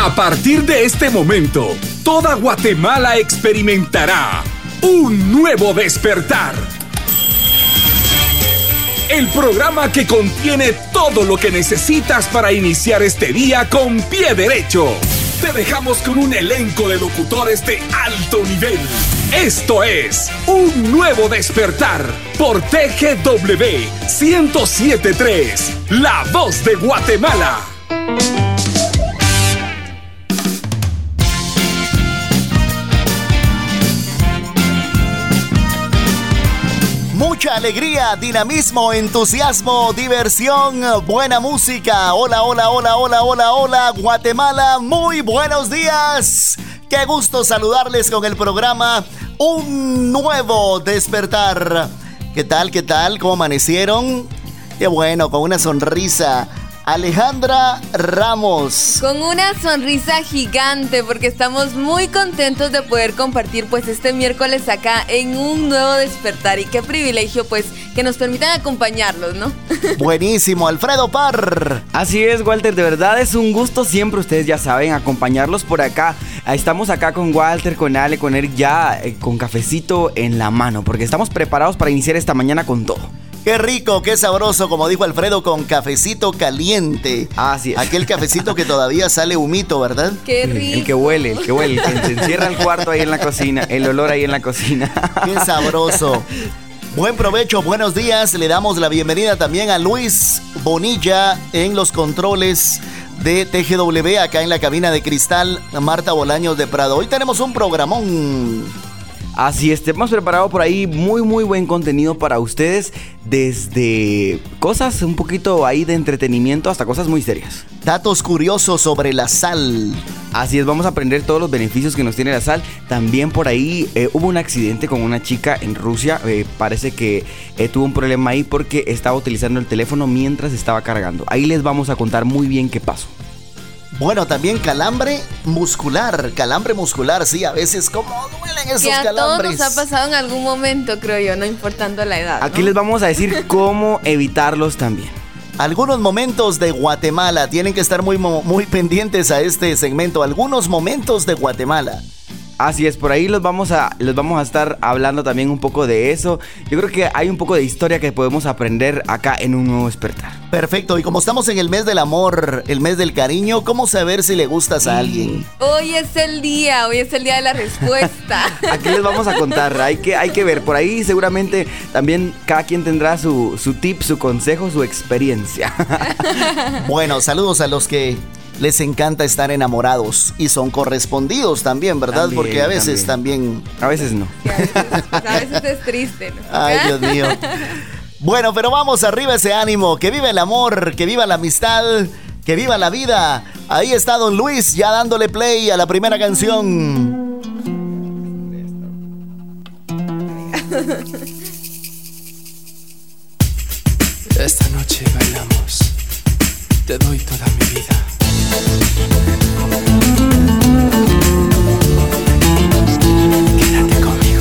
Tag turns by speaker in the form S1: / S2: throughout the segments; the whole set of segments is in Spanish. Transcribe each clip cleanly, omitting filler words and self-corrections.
S1: A partir de este momento, toda Guatemala experimentará un nuevo despertar. El programa que contiene todo lo que necesitas para iniciar este día con pie derecho. Te dejamos con un elenco de locutores de alto nivel. Esto es Un Nuevo Despertar por TGW 107.3, La Voz de Guatemala.
S2: Mucha alegría, dinamismo, entusiasmo, diversión, buena música. Hola, hola, hola, hola, hola, hola, Guatemala. Muy buenos días. Qué gusto saludarles con el programa Un Nuevo Despertar. ¿Qué tal? ¿Qué tal? ¿Cómo amanecieron? Qué bueno, con una sonrisa. Alejandra Ramos.
S3: Con una sonrisa gigante porque estamos muy contentos de poder compartir pues este miércoles acá en Un Nuevo Despertar. Y qué privilegio pues que nos permitan acompañarlos, ¿no?
S2: Buenísimo, Alfredo Parr.
S4: Así es, Walter, de verdad es un gusto siempre, ustedes ya saben, acompañarlos por acá. Estamos acá con Walter, con Ale, con Eric ya con cafecito en la mano porque estamos preparados para iniciar esta mañana con todo.
S2: Qué rico, qué sabroso, como dijo Alfredo, con cafecito caliente.
S4: Así es.
S2: Aquel cafecito que todavía sale humito, ¿verdad?
S3: Qué rico.
S4: El que huele, el que se encierra el cuarto ahí en la cocina, el olor ahí en la cocina.
S2: Qué sabroso. Buen provecho, buenos días. Le damos la bienvenida también a Luis Bonilla en los controles de TGW, acá en la cabina de cristal, Marta Bolaños de Prado. Hoy tenemos un programón.
S4: Así es, hemos preparado por ahí muy buen contenido para ustedes, desde cosas un poquito ahí de entretenimiento hasta cosas muy serias.
S2: Datos curiosos sobre la sal.
S4: Así es, vamos a aprender todos los beneficios que nos tiene la sal. También por ahí hubo un accidente con una chica en Rusia, parece que tuvo un problema ahí porque estaba utilizando el teléfono mientras estaba cargando. Ahí les vamos a contar muy bien qué pasó.
S2: Bueno, también calambre muscular, sí, a veces como duelen esos calambres.
S3: Que a todos nos ha pasado en algún momento, creo yo, no importando la edad, ¿no?
S4: Aquí les vamos a decir cómo evitarlos también.
S2: Algunos momentos de Guatemala, tienen que estar muy pendientes a este segmento, algunos momentos de Guatemala.
S4: Así es, por ahí los vamos a estar hablando también un poco de eso. Yo creo que hay un poco de historia que podemos aprender acá en Un Nuevo Despertar.
S2: Perfecto, y como estamos en el mes del amor, el mes del cariño, ¿cómo saber si le gustas a alguien?
S3: Hoy es el día de la respuesta.
S4: Aquí les vamos a contar, hay que ver, por ahí seguramente también cada quien tendrá su tip, su consejo, su experiencia.
S2: Bueno, saludos a los que les encanta estar enamorados y son correspondidos también, ¿verdad? También, porque a veces también...
S4: A veces no.
S3: Sí, a veces es triste, ¿no?
S2: Ay, Dios mío. Bueno, pero vamos arriba ese ánimo. Que viva el amor, que viva la amistad, que viva la vida. Ahí está Don Luis ya dándole play a la primera canción.
S5: Esta noche bailamos. Te doy toda mi vida. Quédate conmigo.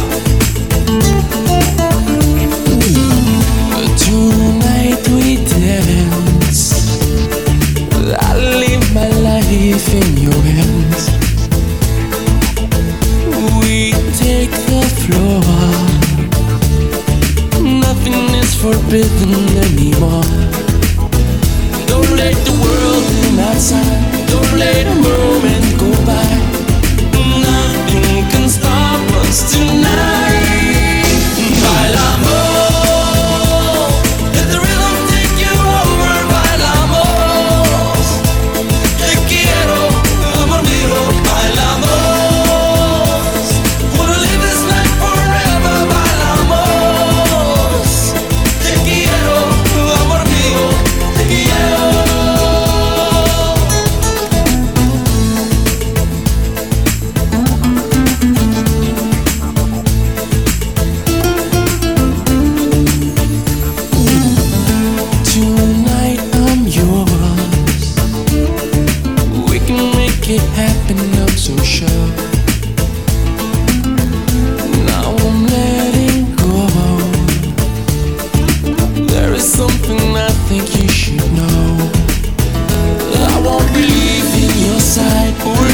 S5: Tonight we dance. I live my life in your hands. We take the floor. Nothing is forbidden anymore. Don't let the world in outside. Don't let a moment go by. Nothing can stop us tonight. Bailamos. Let the rhythm take you over. Bailamos. Te quiero, amor mío. Bailamos. Wanna live this life forever. Bailamos. Te quiero, amor mío. Te quiero. Tonight I'm yours. We can make it happen, I'm so sure. Now I'm letting go. There is something I think you should know. I won't leave in your side.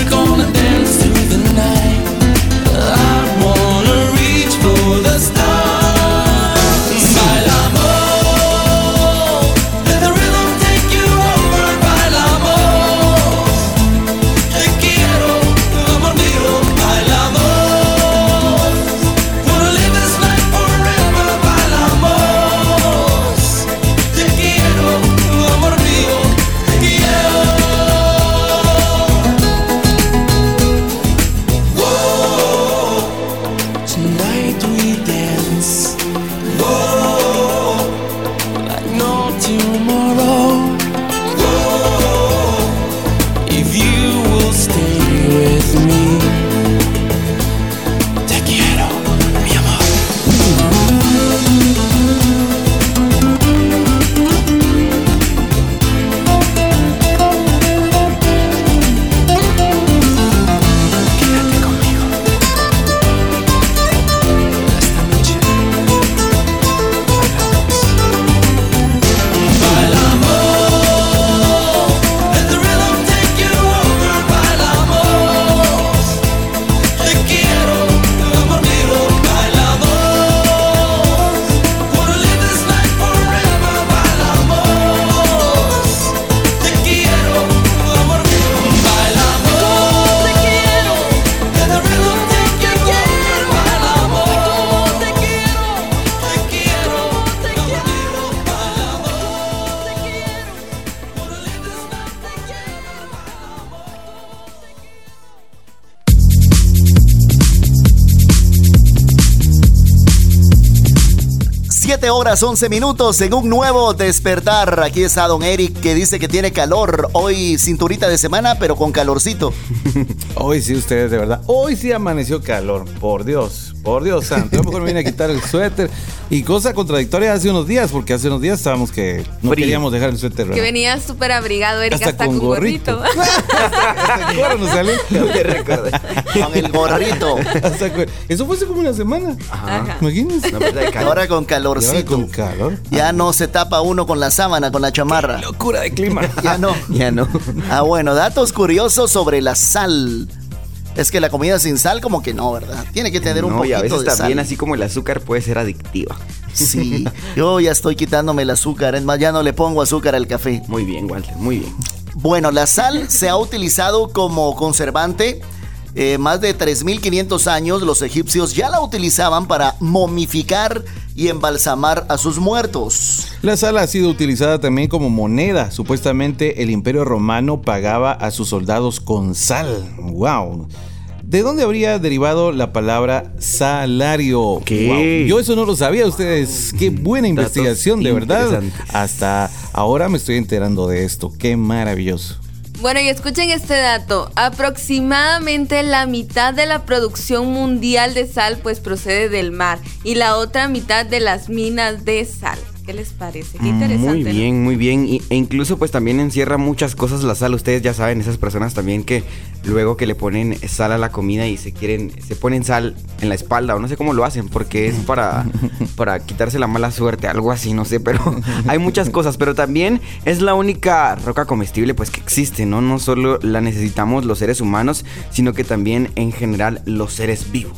S2: 7 horas 11 minutos en un nuevo despertar. Aquí está Don Eric, que dice que tiene calor. Hoy cinturita de semana, pero con calorcito.
S6: Hoy sí, ustedes, de verdad. Hoy sí amaneció calor. Por Dios santo. Yo mejor me vine a quitar el suéter. Y cosa contradictoria hace unos días, porque hace unos días estábamos que no
S4: Frío.
S6: queríamos dejar el suéter, ¿verdad?
S3: Que venía súper abrigado, Erika, hasta con gorrito.
S6: Hasta el gorro nos salió.
S4: No me recordé.
S2: Con el gorrito.
S6: Eso fue hace como una semana.
S3: Ajá.
S6: Imagínense.
S4: No, pero de calor.
S2: Ahora con
S6: Y ahora
S2: calorcito.
S6: con calor.
S2: Ya no se tapa uno con la sábana, con la chamarra.
S6: Locura de clima.
S2: Ya no.
S4: Ya no.
S2: Ah, bueno, datos curiosos sobre la sal. Es que la comida sin sal como que no, ¿verdad? Tiene que tener un
S4: No, y
S2: poquito
S4: a veces
S2: de sal.
S4: también, así como el azúcar, puede ser adictiva.
S2: Sí, yo ya estoy quitándome el azúcar. Es más, ya no le pongo azúcar al café.
S4: Muy bien, Walter, muy bien.
S2: Bueno, la sal se ha utilizado como conservante. Más de 3.500 años los egipcios ya la utilizaban para momificar y embalsamar a sus muertos.
S6: La sal ha sido utilizada también como moneda. Supuestamente el Imperio Romano pagaba a sus soldados con sal. ¡Wow! ¿De dónde habría derivado la palabra salario?
S4: ¿Qué?
S6: Wow. Yo eso no lo sabía, ustedes. Qué buena
S4: Datos
S6: investigación, de verdad.
S4: interesantes.
S6: Hasta ahora me estoy enterando de esto. Qué maravilloso.
S3: Bueno, y escuchen este dato. Aproximadamente la mitad de la producción mundial de sal pues procede del mar y la otra mitad de las minas de sal. ¿Qué les parece? Qué interesante.
S4: Muy
S3: ¿no?
S4: bien, muy bien. E incluso pues también encierra muchas cosas la sal. Ustedes ya saben, esas personas también que luego que le ponen sal a la comida y se ponen sal en la espalda o no sé cómo lo hacen porque es para quitarse la mala suerte, algo así, no sé, pero hay muchas cosas. Pero también es la única roca comestible pues que existe, ¿no? No solo la necesitamos los seres humanos, sino que también en general los seres vivos.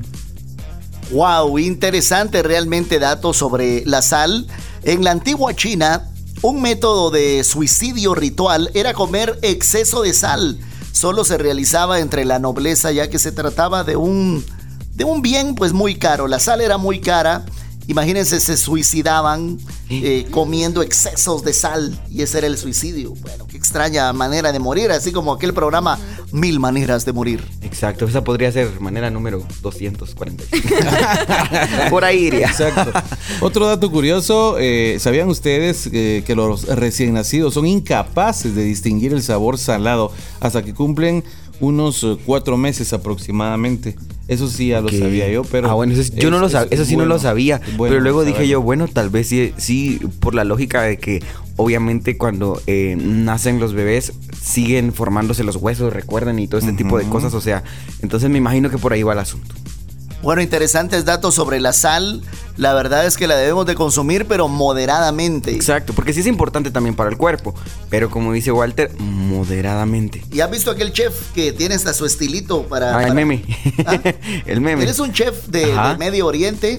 S2: Wow, interesante realmente datos sobre la sal. En la antigua China, un método de suicidio ritual era comer exceso de sal. Solo se realizaba entre la nobleza, ya que se trataba de un bien pues muy caro. La sal era muy cara. Imagínense, se suicidaban comiendo excesos de sal y ese era el suicidio. Bueno, qué extraña manera de morir, así como aquel programa 1000 maneras de morir.
S4: Exacto, esa podría ser manera número 245. Por ahí iría.
S6: Exacto. Otro dato curioso, ¿sabían ustedes que los recién nacidos son incapaces de distinguir el sabor salado hasta que cumplen unos 4 meses aproximadamente? Eso sí ya lo sabía yo, pero...
S4: bueno, yo no lo sabía, eso sí no lo sabía, pero luego dije yo, bueno, tal vez sí, por la lógica de que obviamente cuando nacen los bebés siguen formándose los huesos, recuerden, y todo este tipo de cosas, o sea, entonces me imagino que por ahí va el asunto.
S2: Bueno, interesantes datos sobre la sal. La verdad es que la debemos de consumir, pero moderadamente.
S4: Exacto, porque sí es importante también para el cuerpo, pero como dice Walter, moderadamente.
S2: ¿Y has visto aquel chef que tiene hasta su estilito para...
S4: El meme.
S2: ¿Ah?
S4: El meme.
S2: Él es un chef de Medio Oriente.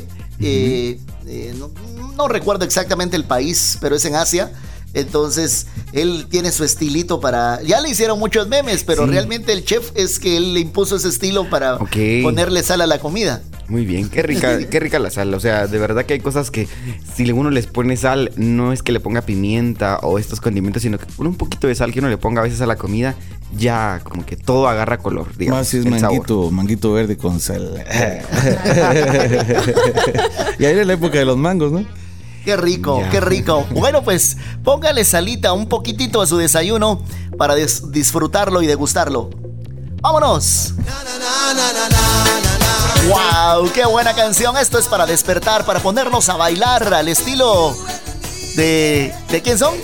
S2: No recuerdo exactamente el país, pero es en Asia. Entonces, él tiene su estilito para... Ya le hicieron muchos memes, pero realmente el chef es que él le impuso ese estilo para ponerle sal a la comida.
S4: Muy bien, qué rica la sal. O sea, de verdad que hay cosas que si uno les pone sal, no es que le ponga pimienta o estos condimentos, sino que con un poquito de sal que uno le ponga a veces a la comida, ya como que todo agarra color, digamos.
S6: Más si es manguito verde con sal. Y ahí era la época de los mangos, ¿no?
S2: Qué rico, qué rico. Bueno, pues póngale salita un poquitito a su desayuno para disfrutarlo y degustarlo. ¡Vámonos! ¡Wow! ¡Qué buena canción! Esto es para despertar, para ponernos a bailar al estilo de... ¿De quién son?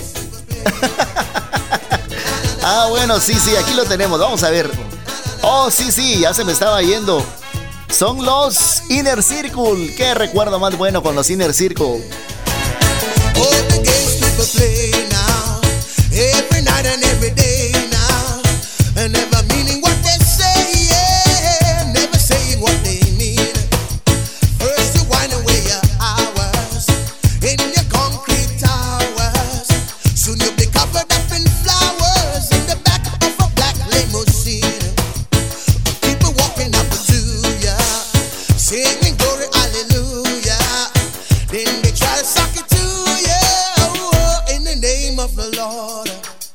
S2: Ah, bueno, sí, aquí lo tenemos. Vamos a ver. Oh, sí, ya se me estaba yendo. Son los Inner Circle. Qué recuerdo más bueno con los Inner Circle.
S7: All the games people play now, every night and every day now, and never meaning what they say, yeah, never saying what they mean. First you wind away your hours in your concrete towers, soon you'll be covered up in flowers in the back of a black limousine. People walking up to ya, singing glory, hallelujah. Then they try to suck it to of the Lord.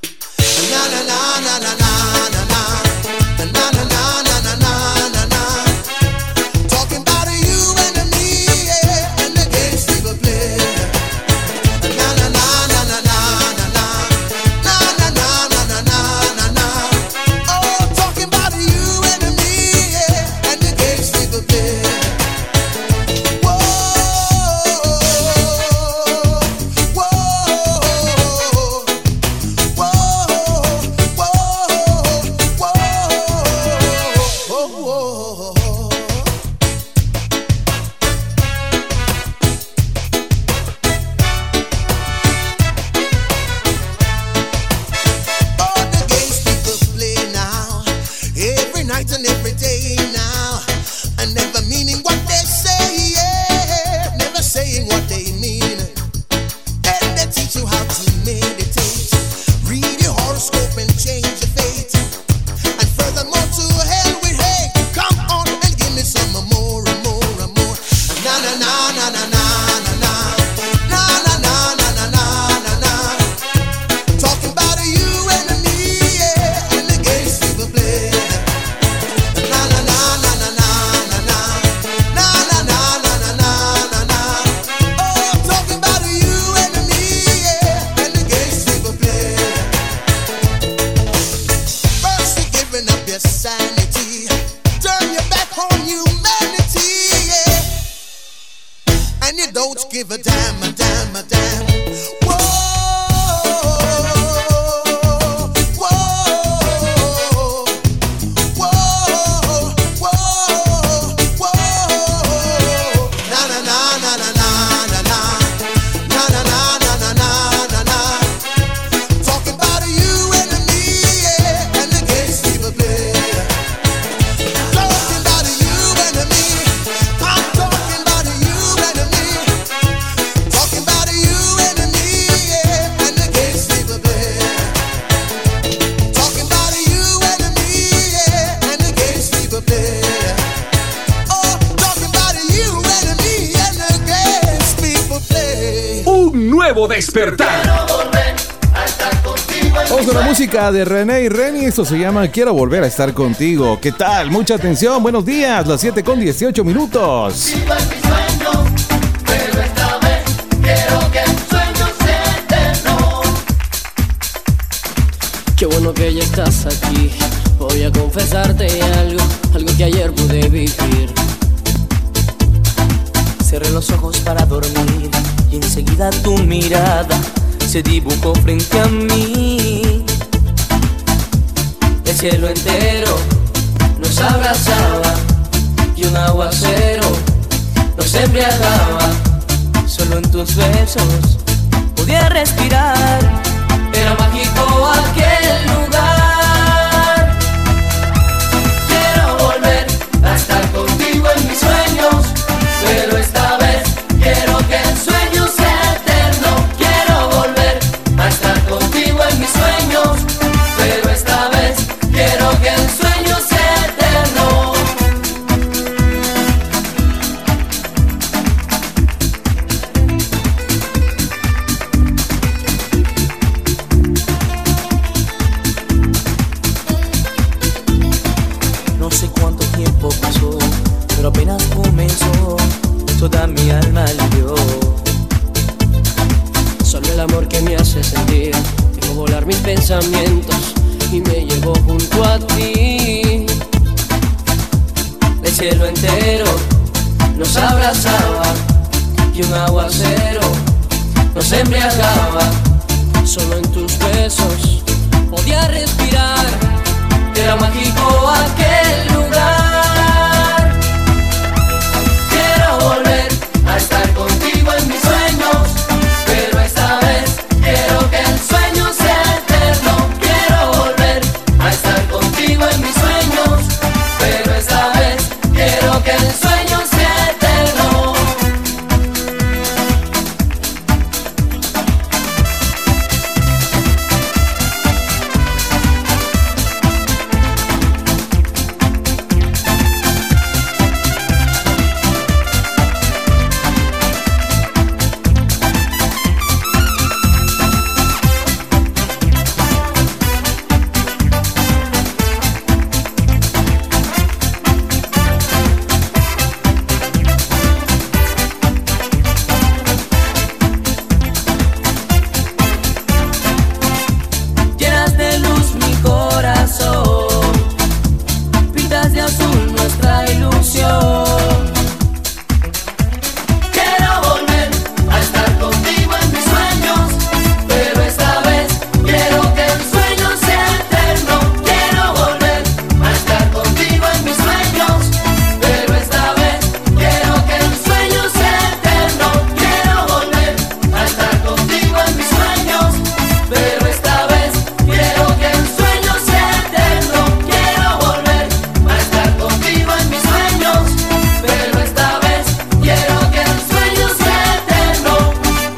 S7: folks give a damn, a damn, a damn. Whoa, whoa, whoa, whoa, whoa. Na na na na na na na na na na na na na na na. Talking about you and me, yeah, and the games people play. Talking about you and me. I'm talking about you and me. Talking about you and me, yeah, and the games people play. Talking about you and me, yeah, and the games people play. Oh, talking about you and me and the games people play.
S1: Un nuevo despertar.
S6: Vamos con la música de René y Reni. Esto se llama Quiero volver a estar contigo. ¿Qué tal? Mucha atención. Buenos días. Las 7:18.
S5: Pero esta vez quiero que el sueño sea eterno.
S8: Qué bueno que ya estás aquí. Voy a confesarte algo que ayer pude vivir. Cerré los ojos para dormir y enseguida tu mirada se dibujó frente a mí. El cielo entero nos abrazaba y un aguacero nos embriagaba. Solo en tus besos podía respirar. Era mágico aquel lugar. Quiero volver a estar contigo en mis sueños, pero esta vez quiero que el sueño sea eterno. Quiero volver a estar contigo en mis sueños, pero esta vez quiero que el sueño sea eterno. No sé cuánto tiempo pasó, pero apenas comenzó, toda mi alma le dio. Solo el amor que me hace sentir, dejó volar mis pensamientos y me llevó junto a ti. El cielo entero nos abrazaba y un aguacero nos embriagaba. Solo en tus besos podía respirar. Era mágico aquel lugar. Quiero volver a estar contigo en mis sueños, pero esta vez quiero que el sueño sea eterno. Quiero volver a estar contigo en mis sueños, pero esta vez quiero que el sueño sea eterno. Llenas de luz mi corazón, pintas de azul nuestra ilusión. Quiero volver a estar contigo en mis sueños, pero esta vez quiero que el sueño sea eterno. Quiero volver a estar contigo en mis sueños, pero esta vez quiero que el sueño sea eterno. Quiero volver a estar contigo en mis sueños, pero esta vez quiero que el sueño sea eterno. Quiero volver a estar contigo en mis sueños, pero esta vez quiero que el sueño sea eterno.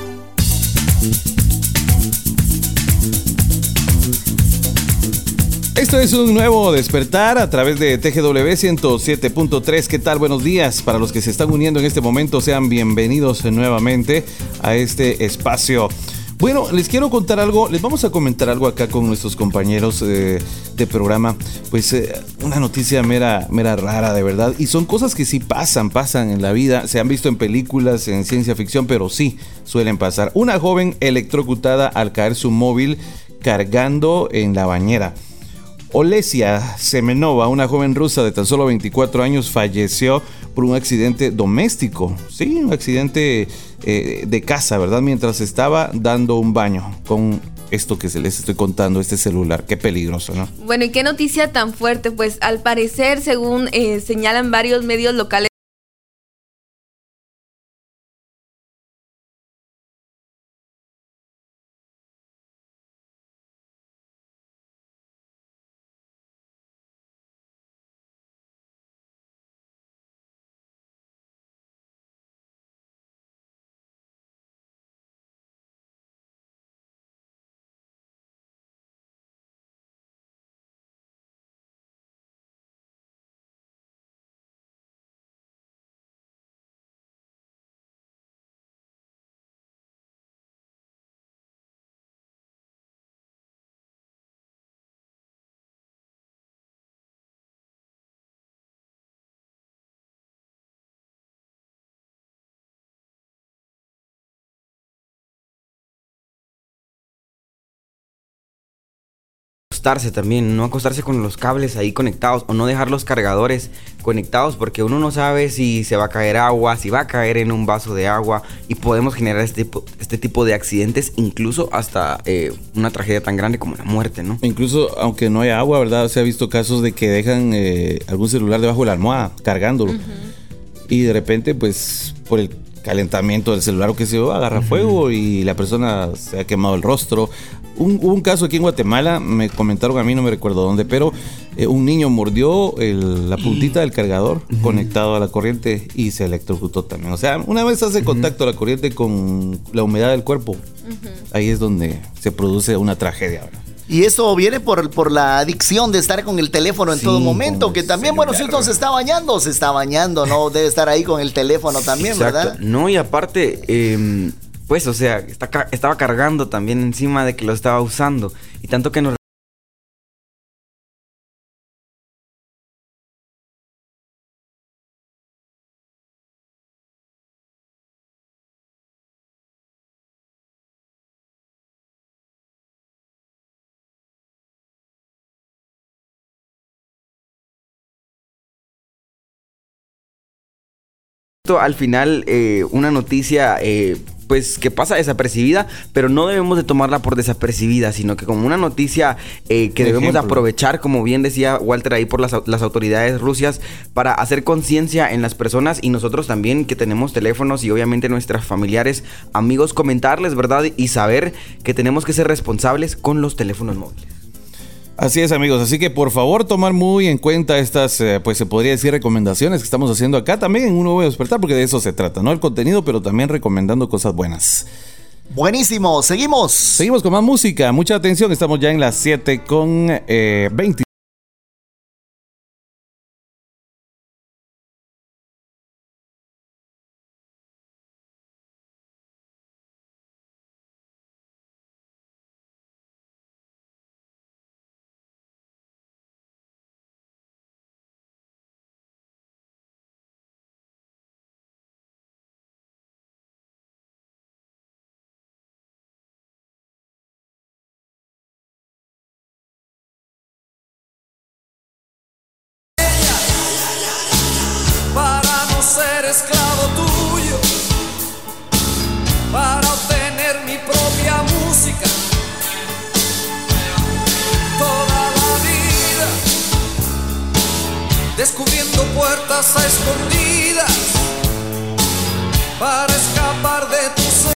S6: Esto es un nuevo despertar a través de TGW 107.3. ¿Qué tal? Buenos días. Para los que se están uniendo en este momento, sean bienvenidos nuevamente a este espacio. Bueno, les quiero contar algo, les vamos a comentar algo acá con nuestros compañeros de programa. Pues una noticia mera rara, de verdad. Y son cosas que sí pasan en la vida. Se han visto en películas, en ciencia ficción, pero sí suelen pasar. Una joven electrocutada al caer su móvil cargando en la bañera. Olesia Semenova, una joven rusa de tan solo 24 años, falleció por un accidente doméstico. Sí, un accidente de casa, ¿verdad? Mientras estaba dando un baño con esto que se les estoy contando, este celular. Qué peligroso, ¿no?
S3: Bueno, y qué noticia tan fuerte, pues al parecer, según señalan varios medios locales,
S4: Acostarse también, no acostarse con los cables ahí conectados o no dejar los cargadores conectados porque uno no sabe si se va a caer agua, si va a caer en un vaso de agua y podemos generar este tipo de accidentes, incluso hasta una tragedia tan grande como la muerte, ¿no?
S6: Incluso aunque no haya agua, ¿verdad? Se ha visto casos de que dejan algún celular debajo de la almohada cargándolo y de repente pues por el calentamiento del celular o qué sé yo, agarra fuego y la persona se ha quemado el rostro. Hubo un caso aquí en Guatemala, me comentaron a mí, no me recuerdo dónde, pero un niño mordió la puntita del cargador conectado a la corriente y se electrocutó también. O sea, una vez hace contacto la corriente con la humedad del cuerpo, ahí es donde se produce una tragedia, ¿verdad?
S2: Y eso viene por la adicción de estar con el teléfono en todo momento, que también, bueno, si uno se está bañando, ¿no? Debe estar ahí con el teléfono también,
S4: exacto,
S2: ¿verdad?
S4: No, y aparte, pues, o sea, estaba cargando también encima de que lo estaba usando. Y tanto que nos... Al final, una noticia... pues que pasa desapercibida, pero no debemos de tomarla por desapercibida, sino que como una noticia que debemos de aprovechar, como bien decía Walter ahí por las autoridades rusias, para hacer conciencia en las personas y nosotros también que tenemos teléfonos y obviamente nuestros familiares, amigos, comentarles, ¿verdad? Y saber que tenemos que ser responsables con los teléfonos móviles.
S6: Así es, amigos, así que por favor tomar muy en cuenta estas, pues se podría decir recomendaciones que estamos haciendo acá también en Un Nuevo Despertar, porque de eso se trata, ¿no? El contenido, pero también recomendando cosas buenas.
S2: Buenísimo, seguimos.
S6: Seguimos con más música, mucha atención, estamos ya en las 7:20.
S5: Para no ser esclavo tuyo, para obtener mi propia música, toda la vida, descubriendo puertas a escondidas, para escapar de tus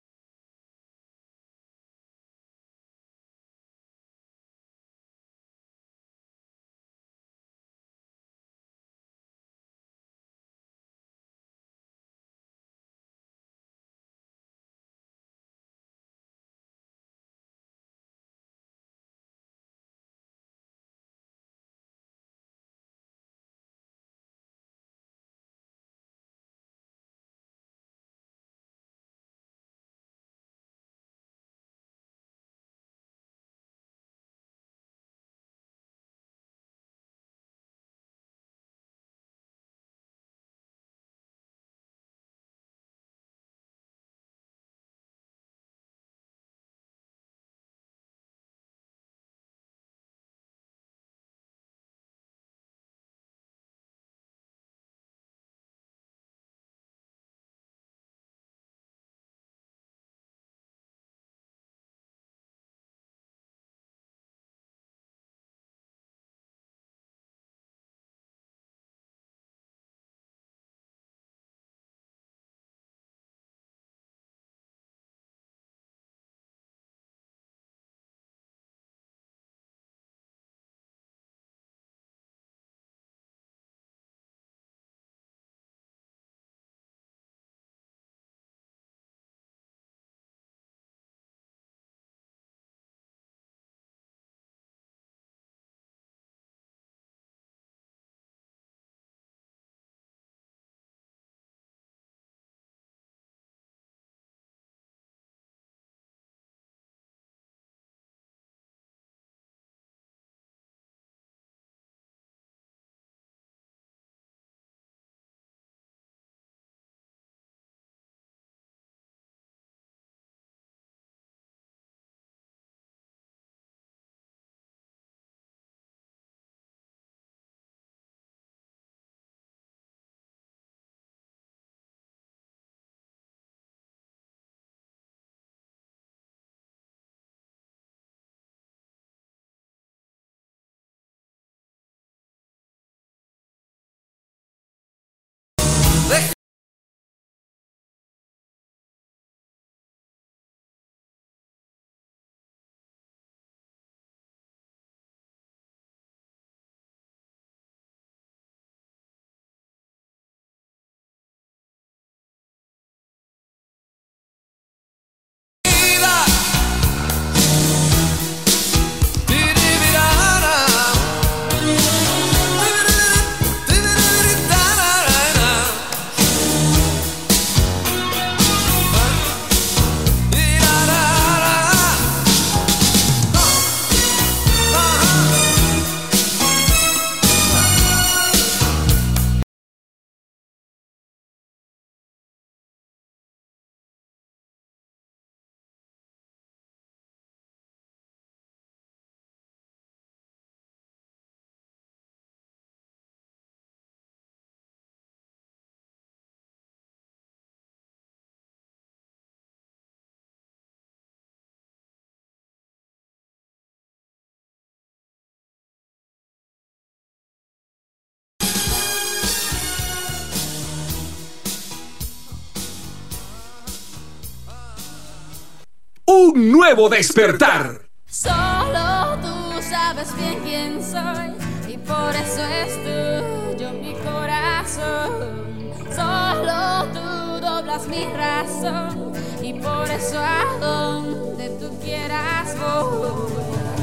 S1: Un nuevo despertar.
S9: Solo tú sabes bien quién soy y por eso es tuyo mi corazón. Solo tú doblas mi razón y por eso a donde tú quieras voy.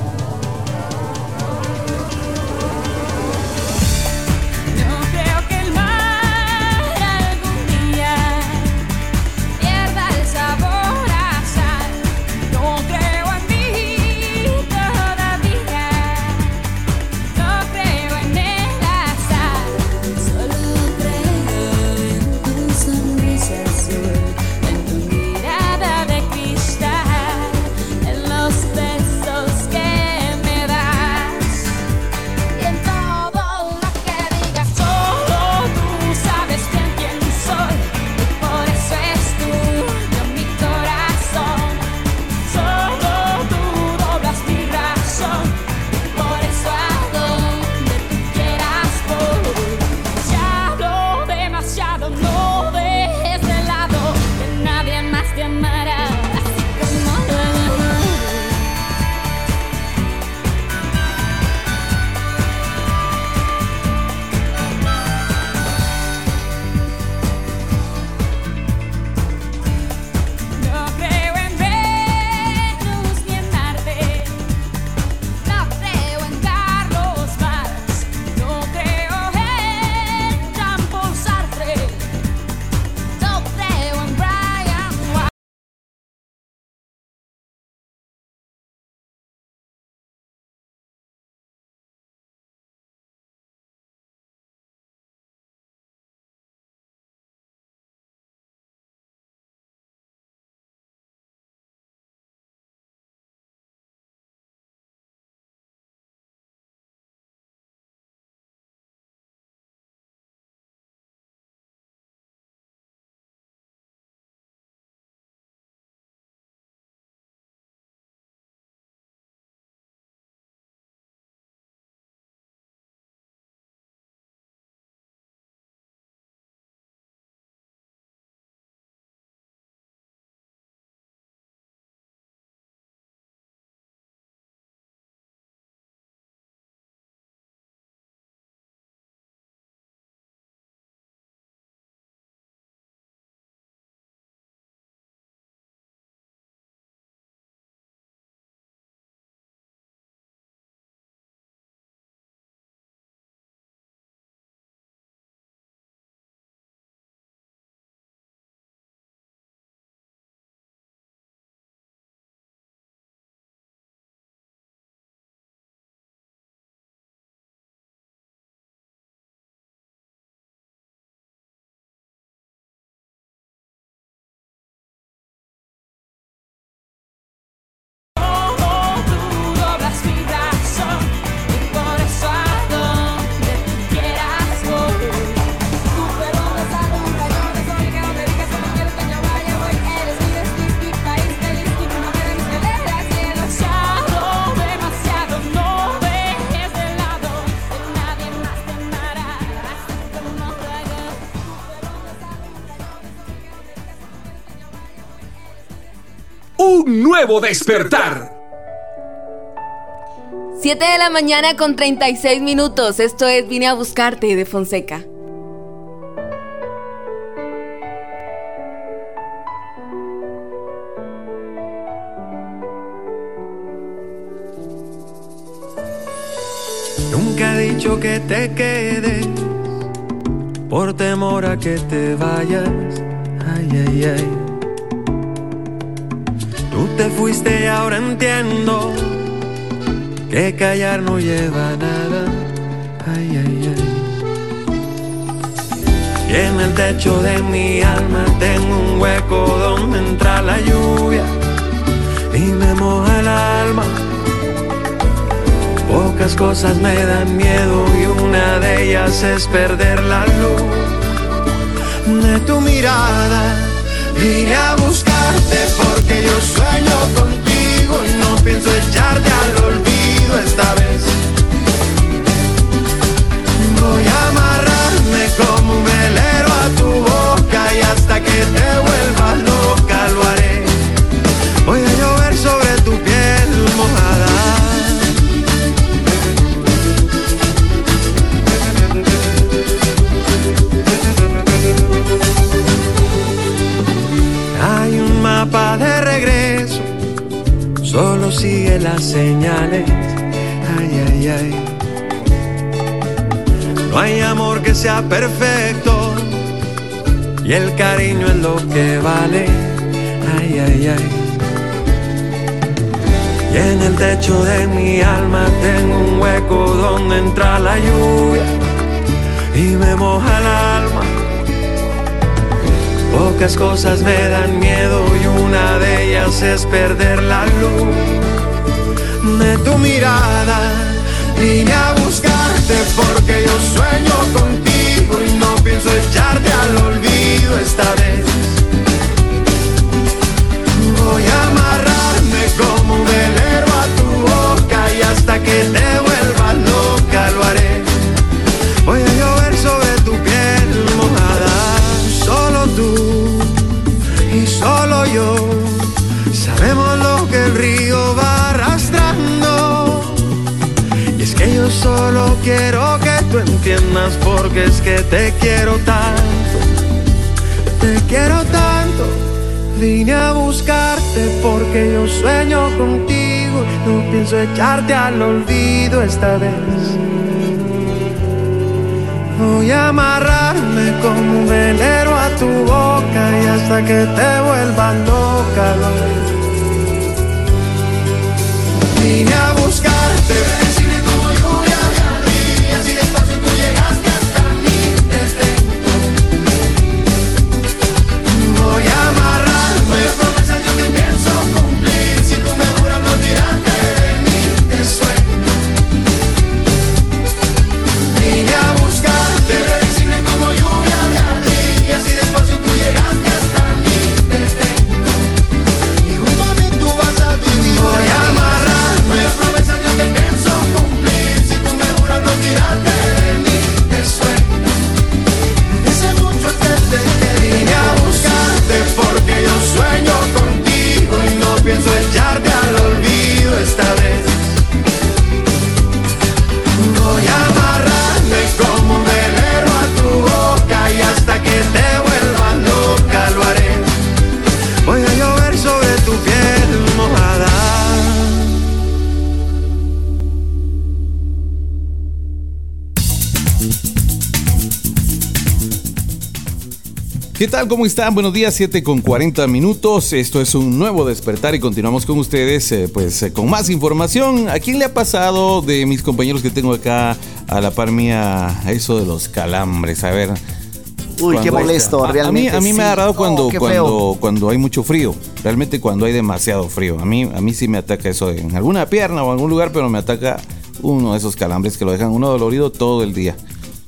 S9: No creo que el mar algún día pierda el sabor a sal. No creo en mí todavía. No creo en el azar. Solo creo en tu sonrisa azul, en tu mirada de cristal, en los besos que me das y en todo lo que digas. Solo tú sabes bien quién soy y por eso es tuyo mi corazón. Solo tú doblas mi razón y por eso a donde tú quieras voy. Ya hablo demasiado, no dejes de lado que nadie más te amará así como yo. No creo en Venus ni en Marte. No creo en Carlos Marx. No creo en Jean-Paul Sartre. No creo en Brian White. Solo tú doblas mi razón y por eso a donde tú quieras voy. Tú pero me sale un rayo de sol y que no te digas que no quieres que yo vaya. Voy, eres mi destino, mi país feliz y tú no quieres mis veleras cielos. Ya hablo demasiado, no dejes de lado que nadie más te amará así como yo. Tú pero me sale un rayo de sol y que no te digas que no quieres que yo vaya. Voy, eres mi destino.
S1: Un nuevo despertar.
S3: 7 de la mañana con 36 minutos. Esto es Vine a buscarte de Fonseca.
S5: Nunca he dicho que te quedes por temor a que te vayas. Ay, ay, ay. Tú te fuiste y ahora entiendo que callar no lleva a nada. Ay, ay, ay. Y en el techo de mi alma tengo un hueco donde entra la lluvia y me moja el alma. Pocas cosas me dan miedo y una de ellas es perder la luz de tu mirada. Vine a buscarte porque yo sueño contigo y no pienso echarte al olvido esta vez. Voy a amarrarme como un velero a tu boca y hasta que te vuelvas loca lo haré. Voy a llover
S10: sigue las señales. Ay, ay, ay. No hay amor que sea perfecto y el cariño es lo que vale. Ay, ay, ay. Y en el techo de mi alma tengo un hueco donde entra la lluvia y me moja el alma. Pocas cosas me dan miedo y una de ellas es perder la luz de tu mirada. Vine a buscarte porque yo sueño contigo y no pienso echarte al olvido esta vez. Voy a amarrarme como un velero a tu boca y hasta que te vuelvas loca lo haré. Voy a llover sobre tu piel mojada. Solo tú y solo yo sabemos lo que el río va arrastrando. Y es que yo solo quiero que tú entiendas, porque es que te quiero tanto, te quiero tanto. Vine a buscarte porque yo sueño contigo, no pienso echarte al olvido esta vez. Voy a amarrarme como un velero a tu boca y hasta que te vuelvas loca lo haré. Vine a buscarte, decirle como lluvia de abril, y así despacio tú llegaste hasta mí, te tengo. Voy a amarrarme, promesas yo te pienso cumplir, si tú me juras no tirarte de mí, te sueño. Vine a buscarte, decirle como lluvia de abril, y así despacio tú llegaste hasta mí, te tengo. Y junto a mí tú vas a vivir. Voy a amarrarme, promesas yo te pienso cumplir, si tú me juras no tirarte de mí, te sueño. Desde mucho que te quería. Vine a buscarte porque yo sueño contigo y no pienso echarte al olvido esta vez. Voy a amarrarme como un velero a tu boca y hasta que te vuelvas loca lo haré. Voy a llover sobre tu piel mojada.
S6: ¿Qué tal? ¿Cómo están? Buenos días, 7:40. Esto es un nuevo despertar y continuamos con ustedes con más información. ¿A quién le ha pasado de mis compañeros que tengo acá a la par mía eso de los calambres? A ver.
S2: Uy, qué molesto, realmente.
S6: A mí me ha agarrado
S2: qué feo.
S6: cuando hay mucho frío. Realmente cuando hay demasiado frío. A mí sí me ataca eso en alguna pierna o en algún lugar, pero me ataca uno de esos calambres que lo dejan uno dolorido todo el día.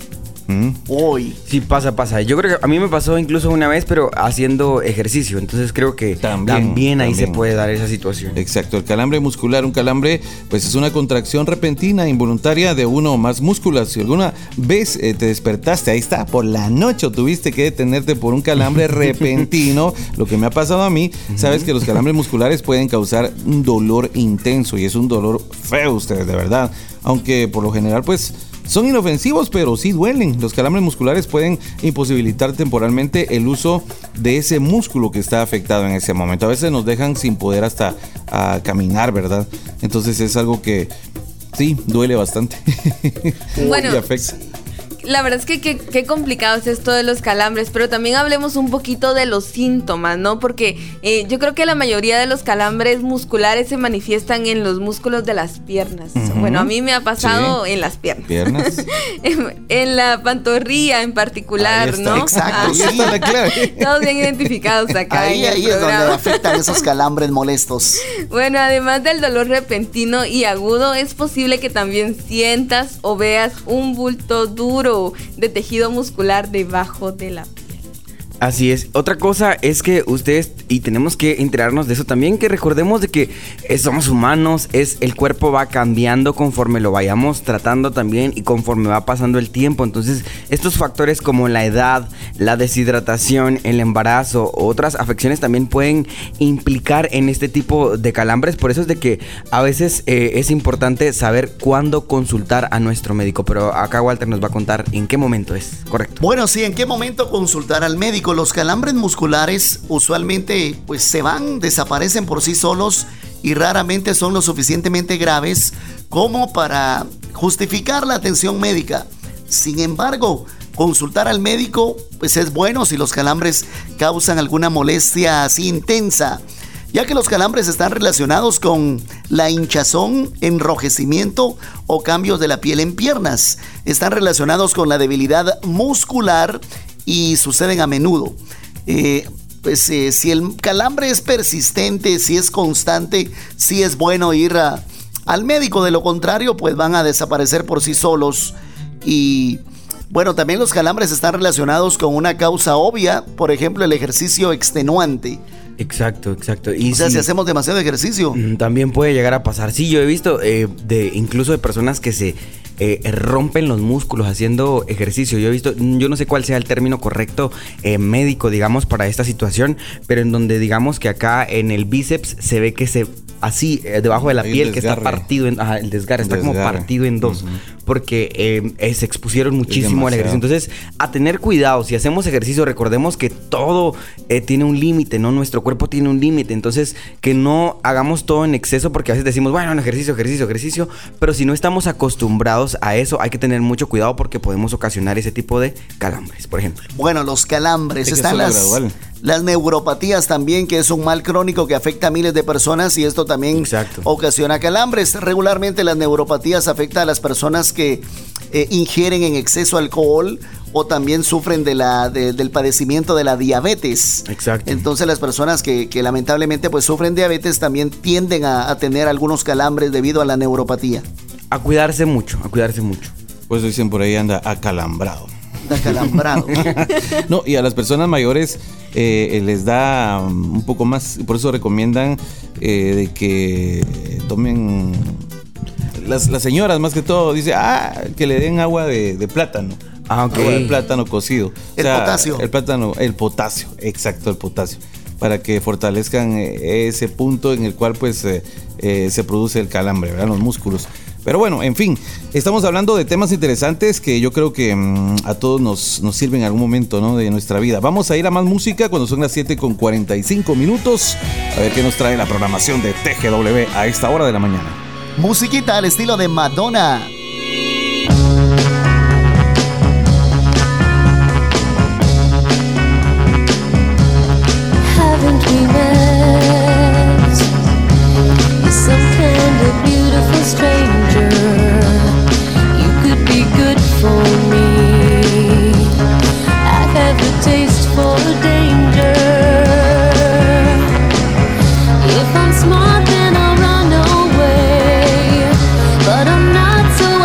S2: Uy.
S4: Sí, pasa. Yo creo que a mí me pasó incluso una vez, pero haciendo ejercicio. Entonces creo que también ahí se puede dar esa situación.
S6: Exacto, el calambre muscular. Un calambre, pues es una contracción repentina, involuntaria de uno o más músculos. Si alguna vez te despertaste, ahí está, por la noche o tuviste que detenerte por un calambre repentino, lo que me ha pasado a mí, sabes que los calambres musculares pueden causar un dolor intenso y es un dolor feo, ustedes, de verdad. Aunque por lo general, pues son inofensivos, pero sí duelen. Los calambres musculares pueden imposibilitar temporalmente el uso de ese músculo que está afectado en ese momento. A veces nos dejan sin poder hasta caminar, ¿verdad? Entonces es algo que sí duele bastante.
S3: Bueno,
S6: y afecta.
S3: La verdad es que qué complicado es esto de los calambres, pero también hablemos un poquito de los síntomas, ¿no? Porque yo creo que la mayoría de los calambres musculares se manifiestan en los músculos de las piernas. Bueno, a mí me ha pasado en las piernas.
S6: ¿Piernas?
S3: en la pantorrilla en particular,
S2: Ahí está,
S3: ¿no?
S2: exacto.
S6: Ahí está la clave.
S3: Todos bien identificados acá.
S2: Ahí
S3: en el
S2: es donde
S3: programa.
S2: afectan esos calambres molestos.
S3: Bueno, además del dolor repentino y agudo, es posible que también sientas o veas un bulto duro de tejido muscular debajo de la piel.
S4: Así es. Otra cosa es que ustedes, y tenemos que enterarnos de eso también, que recordemos de que somos humanos, el cuerpo va cambiando conforme lo vayamos tratando también y conforme va pasando el tiempo. Entonces, estos factores como la edad, la deshidratación, el embarazo, otras afecciones también pueden implicar en este tipo de calambres. Por eso es de que a veces es importante saber cuándo consultar a nuestro médico. Pero acá Walter nos va a contar en qué momento es, ¿correcto?
S2: Bueno, sí, ¿en qué momento consultar al médico? Los calambres musculares usualmente pues se van, desaparecen por sí solos y raramente son lo suficientemente graves como para justificar la atención médica. Sin embargo, consultar al médico pues es bueno si los calambres causan alguna molestia así intensa, ya que los calambres están relacionados con la hinchazón, enrojecimiento o cambios de la piel en piernas. Están relacionados con la debilidad muscular y suceden a menudo. Si el calambre es persistente, si es constante, sí es bueno ir al médico. De lo contrario, pues van a desaparecer por sí solos. Y bueno, también los calambres están relacionados con una causa obvia, por ejemplo, el ejercicio extenuante.
S4: Exacto. Y
S2: o sea, si hacemos demasiado ejercicio.
S4: También puede llegar a pasar. Sí, yo he visto incluso de personas que se rompen los músculos haciendo ejercicio. Yo he visto, yo no sé cuál sea el término correcto médico, digamos, para esta situación, pero en donde digamos que acá en el bíceps se ve que así, debajo de la piel, que está partido el desgarre está como partido en dos, porque se expusieron muchísimo al ejercicio. Entonces, a tener cuidado, si hacemos ejercicio, recordemos que todo tiene un límite, ¿no? Nuestro cuerpo tiene un límite, entonces que no hagamos todo en exceso, porque a veces decimos, bueno, ejercicio, pero si no estamos acostumbrados a eso, hay que tener mucho cuidado porque podemos ocasionar ese tipo de calambres, por ejemplo.
S2: Bueno, los calambres, están las neuropatías también, que es un mal crónico que afecta a miles de personas y esto también ocasiona calambres. Regularmente las neuropatías afectan a las personas que ingieren en exceso alcohol o también sufren del padecimiento de la diabetes.
S4: Exacto.
S2: Entonces las personas que lamentablemente pues sufren diabetes también tienden a tener algunos calambres debido a la neuropatía.
S4: A cuidarse mucho.
S6: Pues dicen por ahí anda acalambrado.
S2: Acalambrado.
S6: No, y a las personas mayores les da un poco más, por eso recomiendan de que tomen, las señoras más que todo, dice, que le den agua de plátano.
S4: Ok.
S6: Agua de plátano cocido.
S2: Potasio.
S6: El potasio, exacto, el potasio. Para que fortalezcan ese punto en el cual pues se produce el calambre, ¿verdad? Los músculos. Pero bueno, en fin, estamos hablando de temas interesantes que yo creo que a todos nos sirven en algún momento, ¿no? De nuestra vida. Vamos a ir a más música cuando son las 7:45. A ver qué nos trae la programación de TGW a esta hora de la mañana.
S2: Musiquita al estilo de Madonna.
S9: Haven't we met? You're some kind of beautiful stranger. You could be good for me. I have a taste for danger. If I'm smart, then I'll run away. But I'm not, so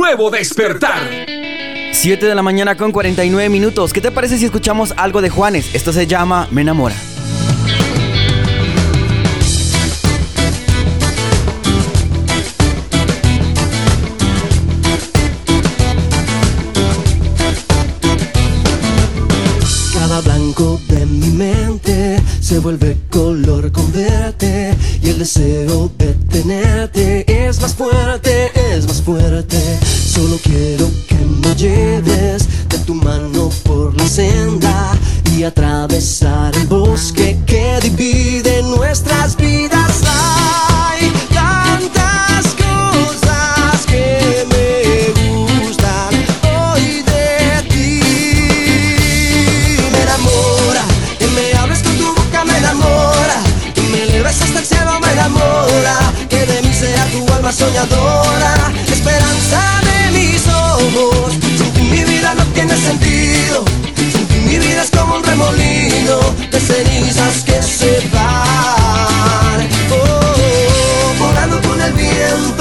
S1: nuevo despertar.
S4: 7 de la mañana con 49 minutos. ¿Qué te parece si escuchamos algo de Juanes? Esto se llama Me Enamora.
S8: Cada blanco de mi mente se vuelve color con verte, y el deseo de tenerte es más fuerte, es más fuerte. Solo quiero que me lleves de tu mano por la senda y atravesar el bosque que divide nuestras vidas. Hay tantas cosas que me gustan hoy de ti. Me enamora, que me hables con tu boca, me enamora, que me eleves hasta el cielo, me enamora, que de mí sea tu alma soñadora, esperanza de mis ojos. Sin ti mi vida no tiene sentido, sin ti mi vida es como un remolino de cenizas que se van, volando con el viento.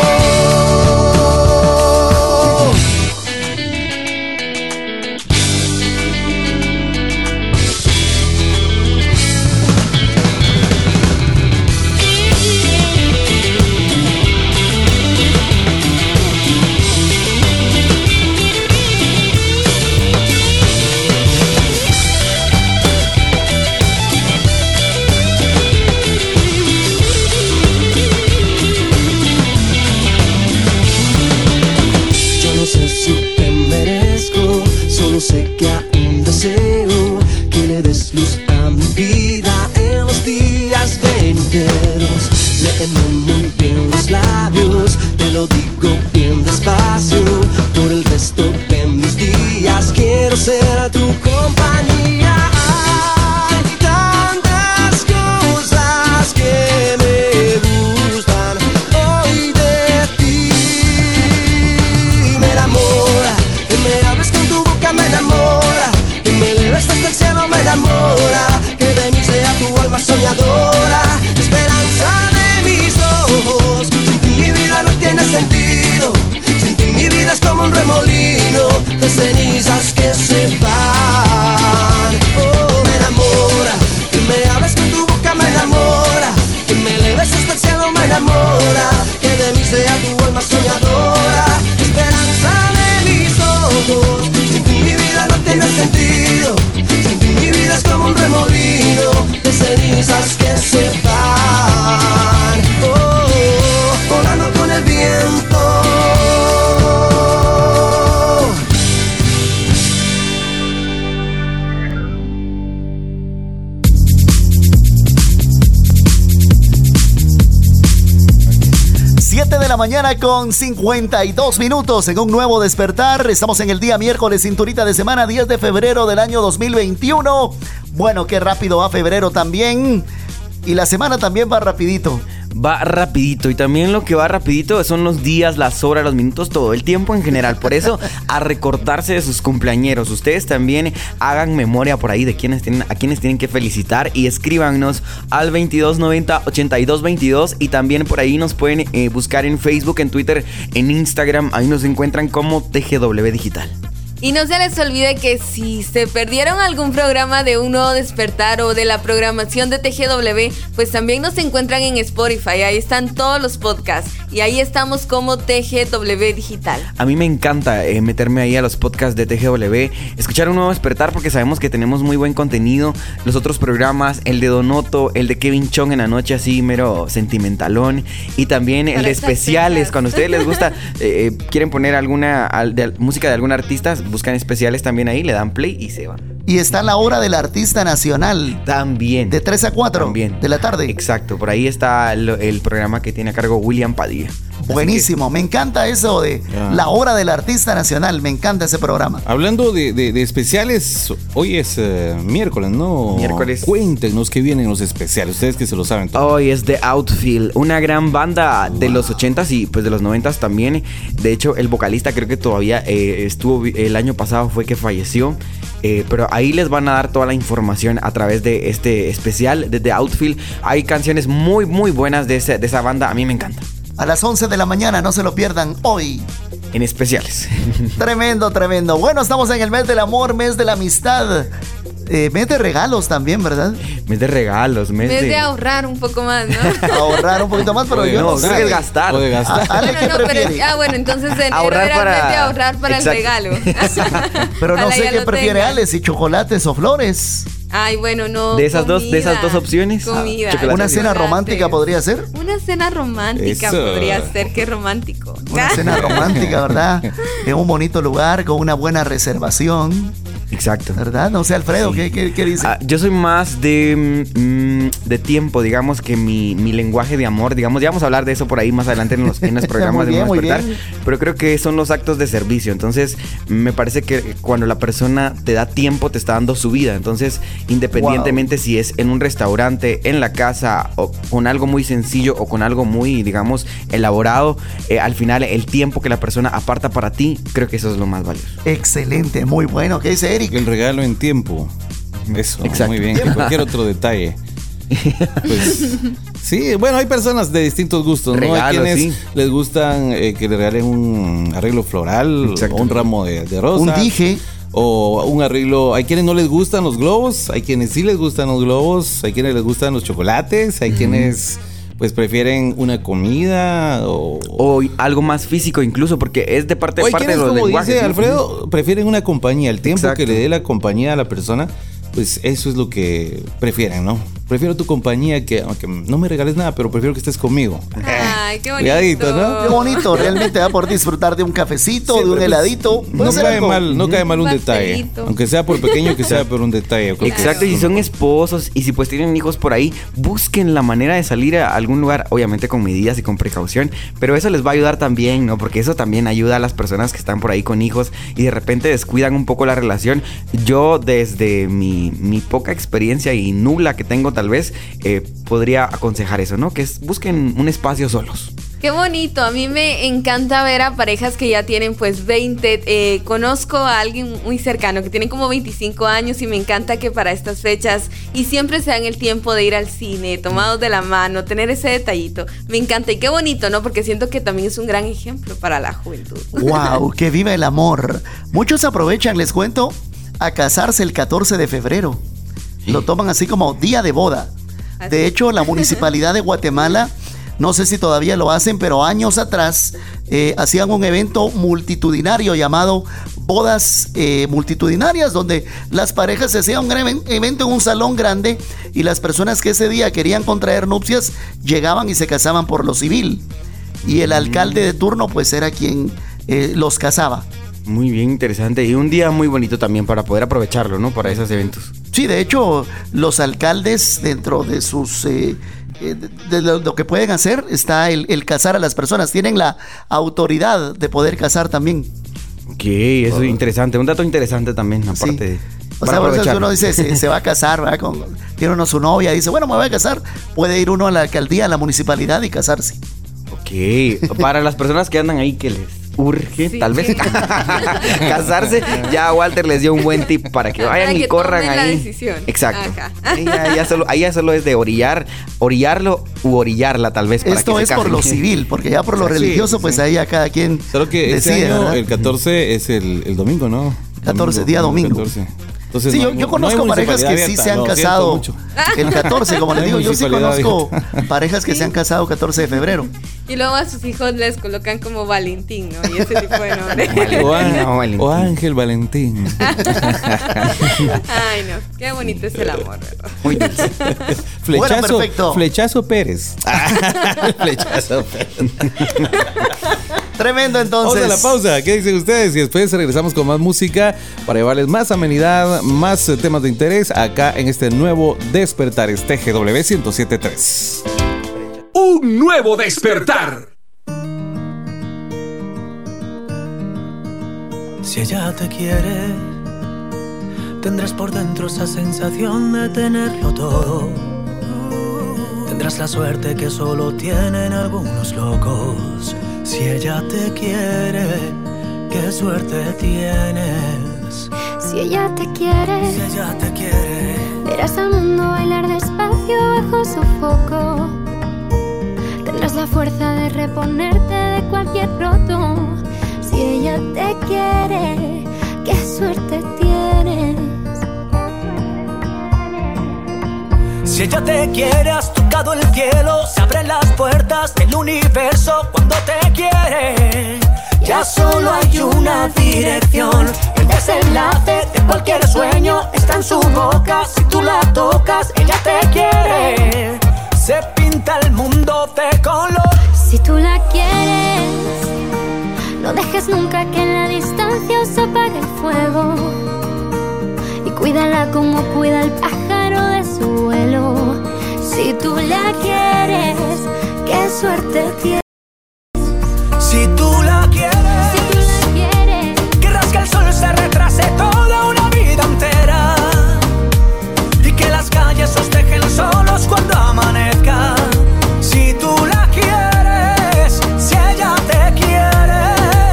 S8: Sé que aún deseo que le des luz a mi vida en los días venideros. Léeme muy bien los labios, te lo digo bien despacio. Por el resto de mis días quiero ser tu compañía. Hay tantas cosas que me gustan hoy de ti. Me enamora, que me hables con tu boca, me enamora, que me eleves hasta el cielo, me enamora, que de mí sea tu alma soñadora, esperanza de mis ojos. Sin ti mi vida no tiene sentido, sin ti mi vida es como un remolino de cenizas que se van. Me enamora, que me hables con tu boca, me enamora, que me eleves hasta el cielo, me enamora, que de mí sea tu alma soñadora, esperanza de mis ojos. Sin ti mi vida no tiene sentido, sin ti mi vida es como un remolino de cenizas que se van, volando con el viento.
S2: 7 de la mañana con 52 minutos en un nuevo despertar. Estamos en el día miércoles, cinturita de semana, 10 de febrero del año 2021. Bueno, qué rápido va febrero también. Y la semana también va rapidito.
S4: Va rapidito, y también lo que va rapidito son los días, las horas, los minutos, todo el tiempo en general. Por eso, a recordarse de sus cumpleañeros. Ustedes también hagan memoria por ahí de a quienes tienen que felicitar, y escríbanos al 2290-8222. Y también por ahí nos pueden buscar en Facebook, en Twitter, en Instagram. Ahí nos encuentran como TGW Digital.
S3: Y no se les olvide que si se perdieron algún programa de Un Nuevo Despertar o de la programación de TGW, pues también nos encuentran en Spotify. Ahí están todos los podcasts y ahí estamos como TGW Digital.
S4: A mí me encanta meterme ahí a los podcasts de TGW, escuchar Un Nuevo Despertar, porque sabemos que tenemos muy buen contenido. Los otros programas, el de Donoto, el de Kevin Chong en la noche así mero sentimentalón, y también el de especiales, cuando a ustedes les gusta, quieren poner música de algún artista, buscan especiales también ahí, le dan play y se van.
S2: Y está la hora del artista nacional.
S4: También.
S2: De 3 a 4
S4: también.
S2: De la tarde.
S4: Exacto, por ahí está el programa que tiene a cargo William Padilla.
S2: Buenísimo, me encanta eso de la hora del artista nacional, me encanta ese programa.
S6: Hablando de especiales, hoy es miércoles, ¿no?
S4: Miércoles.
S6: Cuéntenos qué vienen los especiales, ustedes que se lo saben todo.
S4: Hoy es The Outfield, una gran banda de los 80s y pues de los 90s también. De hecho, el vocalista creo que todavía estuvo, el año pasado fue que falleció. Pero ahí les van a dar toda la información a través de este especial de The Outfield. Hay canciones muy muy buenas de esa banda, a mí me encanta.
S2: A las 11 de la mañana, no se lo pierdan hoy.
S4: en especiales.
S2: Tremendo, tremendo. Bueno, estamos en el mes del amor, mes de la amistad. Mes de regalos también, ¿verdad?
S4: Mes de regalos, mes
S3: de ahorrar un poco más, ¿no?
S2: Ahorrar un poquito más, pero yo no sé.
S4: Creo que es gastar.
S6: Puede gastar.
S2: Ale, ¿qué prefiere?
S3: Bueno, entonces enero
S4: Ahorrar
S3: era
S4: para-
S3: mes de ahorrar para el
S4: Exacto.
S3: regalo.
S2: Pero no
S3: Ojalá
S2: sé
S3: ya
S2: qué
S3: lo
S2: prefiere
S3: tengan.
S2: Ale, si chocolates o flores.
S3: Ay, bueno, no.
S4: De esas
S3: comida,
S4: dos opciones.
S3: Comida.
S4: Chocolate.
S2: Una cena romántica podría ser.
S3: Una cena romántica
S6: Eso.
S3: podría ser, qué romántico.
S2: Una cena romántica, ¿verdad? En un bonito lugar, con una buena reservación,
S4: Exacto.
S2: ¿verdad? No sé, Alfredo,
S4: Sí.
S2: ¿qué dice?
S4: Yo soy más de tiempo, digamos que mi lenguaje de amor, digamos, ya vamos a hablar de eso por ahí más adelante en los programas
S2: Muy bien,
S4: de
S2: muy
S4: Nuevo Despertar,
S2: bien.
S4: pero creo que son los actos de servicio. Entonces me parece que cuando la persona te da tiempo te está dando su vida. Entonces independientemente si es en un restaurante, en la casa, o con algo muy sencillo o con algo muy, digamos, elaborado, al final el tiempo que la persona aparta para ti, creo que eso es lo más valioso.
S2: Excelente, muy bueno. ¿Qué dice Eric?
S6: El regalo en tiempo. Eso,
S4: Exacto.
S6: muy bien. Que cualquier otro detalle. Pues, sí, bueno, hay personas de distintos gustos, ¿no? Hay
S4: Regalos,
S6: quienes
S4: sí.
S6: les gustan que le regalen un arreglo floral,
S4: Exacto.
S6: o un ramo de rosas.
S2: Un dije.
S6: O un arreglo. Hay quienes no les gustan los globos, hay quienes sí les gustan los globos, hay quienes les gustan los chocolates, hay quienes pues prefieren una comida
S4: O algo más físico incluso, porque es de parte
S6: o hay
S4: de
S6: quienes,
S4: los
S6: como
S4: lenguajes.
S6: dice
S4: ¿no?
S6: Alfredo, prefieren una compañía. El tiempo
S4: Exacto.
S6: que le dé la compañía a la persona, pues eso es lo que prefieren, ¿no? Prefiero tu compañía que, aunque no me regales nada, pero prefiero que estés conmigo.
S3: Ay, qué bonito.
S6: Cuidadito, ¿no?
S2: Qué bonito, realmente va por disfrutar de un cafecito,
S6: Sí,
S2: de un
S6: pero,
S2: heladito.
S6: No
S2: Puede ser
S6: cae
S2: algo.
S6: mal, no cae mal un
S3: Un
S6: detalle.
S3: pastelito.
S6: Aunque sea por pequeño que sea, por un detalle. Creo que
S4: Exacto, y
S6: es
S4: si son
S6: uno.
S4: esposos y si pues tienen hijos por ahí, busquen la manera de salir a algún lugar, obviamente con medidas y con precaución, pero eso les va a ayudar también, ¿no? Porque eso también ayuda a las personas que están por ahí con hijos y de repente descuidan un poco la relación. Yo desde mi poca experiencia y nula que tengo tal vez, podría aconsejar eso, ¿no? Que busquen un espacio solos.
S3: Qué bonito, a mí me encanta ver a parejas que ya tienen pues 20, conozco a alguien muy cercano que tiene como 25 años y me encanta que para estas fechas y siempre se dan el tiempo de ir al cine, tomados de la mano, tener ese detallito, me encanta y qué bonito, ¿no? Porque siento que también es un gran ejemplo para la juventud.
S2: Wow, que viva el amor. Muchos aprovechan, les cuento, a casarse el 14 de febrero. Lo toman así como día de boda. De hecho, la Municipalidad de Guatemala, no sé si todavía lo hacen, pero años atrás hacían un evento multitudinario llamado bodas multitudinarias, donde las parejas se hacían un gran evento en un salón grande y las personas que ese día querían contraer nupcias llegaban y se casaban por lo civil. Y el alcalde de turno pues era quien los casaba.
S4: Muy bien, interesante y un día muy bonito también para poder aprovecharlo, ¿no? Para esos eventos.
S2: Sí, de hecho, los alcaldes dentro de sus... de lo que pueden hacer está el casar a las personas. Tienen la autoridad de poder casar también.
S4: Ok, eso es interesante, un dato interesante también, aparte
S2: Sí.
S4: de...
S2: O
S4: para
S2: sea, por eso
S4: aprovecharlo.
S2: uno dice, se va a casar, ¿verdad? Tiene uno su novia, dice, bueno, me voy a casar. Puede ir uno a la alcaldía, a la municipalidad y casarse.
S4: Ok, para las personas que andan ahí que les urge,
S3: Sí.
S4: tal vez casarse, ya Walter les dio un buen tip para que vayan
S3: Para
S4: y
S3: que
S4: corran
S3: tomen la
S4: ahí.
S3: decisión.
S4: Exacto.
S3: Ajá.
S4: Ahí ya solo es de orillarlo u orillarla tal vez. Para
S2: Esto
S4: que
S2: es
S4: se
S2: por
S4: casen.
S2: lo civil, porque ya por lo
S6: Sí,
S2: religioso,
S6: sí,
S2: pues
S6: sí.
S2: ahí ya cada quien
S6: Solo que este
S2: decide,
S6: año
S2: ¿verdad?
S6: el 14 es el domingo, ¿no?
S2: 14, día domingo.
S6: 14. Entonces,
S2: Sí,
S6: no-
S2: yo
S6: no
S2: conozco
S6: hay
S2: parejas que
S6: municipalidad
S2: sí
S6: abierta,
S2: se han
S6: lo siento
S2: casado
S6: mucho.
S2: el 14, como les
S6: No hay
S2: digo, yo sí
S6: municipalidad
S2: conozco parejas que se han casado 14 de febrero.
S3: Y luego a sus hijos les colocan como Valentín, ¿no? Y ese tipo de nombre.
S6: O Ángel Valentín.
S3: Ay, no, qué bonito es el amor, ¿verdad?
S4: Muy dulce.
S2: Bueno, perfecto.
S6: Flechazo Pérez. Flechazo Pérez.
S2: Tremendo, entonces.
S6: Vamos a la pausa. ¿Qué dicen ustedes? Y después regresamos con más música para llevarles más amenidad, más temas de interés acá en este nuevo Despertar GW 107.3.
S1: Un nuevo despertar.
S11: Si ella te quiere, tendrás por dentro esa sensación de tenerlo todo. Tendrás la suerte que solo tienen algunos locos. Si ella te quiere, qué suerte tienes.
S12: Si ella te quiere,
S11: Si ella te quiere,
S12: verás al mundo bailar despacio bajo su foco. Tendrás la fuerza de reponerte de cualquier roto. Si Si ella te quiere, qué suerte tienes.
S11: Si ella te quiere, has tocado el cielo. Se abren las puertas del universo cuando te quiere. Ya solo hay una dirección. El desenlace de cualquier sueño está en su boca. Si tú la tocas, ella te quiere. Se pinta el mundo de color.
S12: Si tú la quieres, no dejes nunca que en la distancia os apague el fuego. Y cuídala como cuida el pájaro de su vuelo. Si tú la quieres, qué suerte tienes.
S11: Si tú la quieres, que rasque el sol se retrase toda una vida entera. Y que las calles os dejen solos cuando amanezca. Si tú la quieres, si ella te quiere.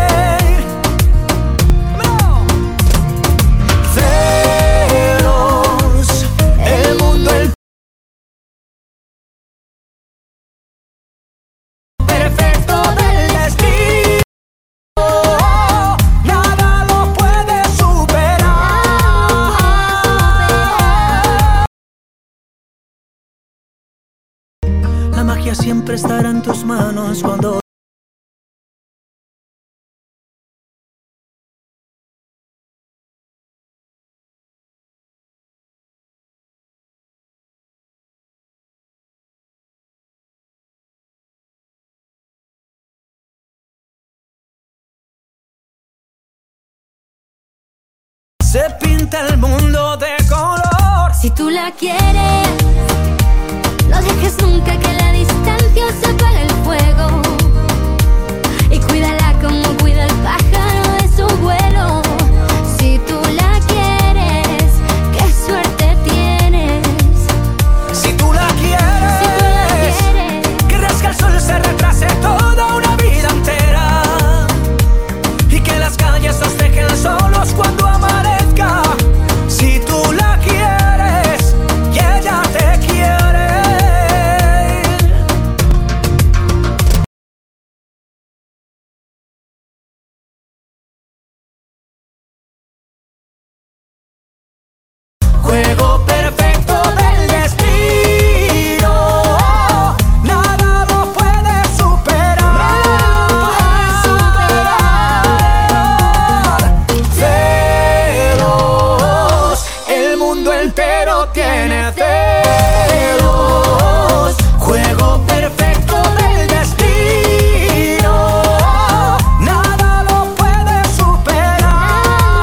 S11: Celos, el mundo, el perfecto del destino. Nada lo puede superar. La magia siempre estará en tus manos cuando se pinta el mundo de color.
S12: Si tú la quieres, no dejes nunca que la distancia se apague el fuego. Y cuídala como cuida el pájaro de su vuelo. Si tú la quieres, qué suerte tienes.
S11: Si tú la quieres, que rasque el sol se retrase toda una vida entera. Y que las calles os dejen solos cuando amanezca. Si tú la quieres y ella te quiere. Juego perfecto del destino. Nada lo puede superar. Celos, el mundo entero tiene celos. Juego perfecto del destino. Nada lo puede superar.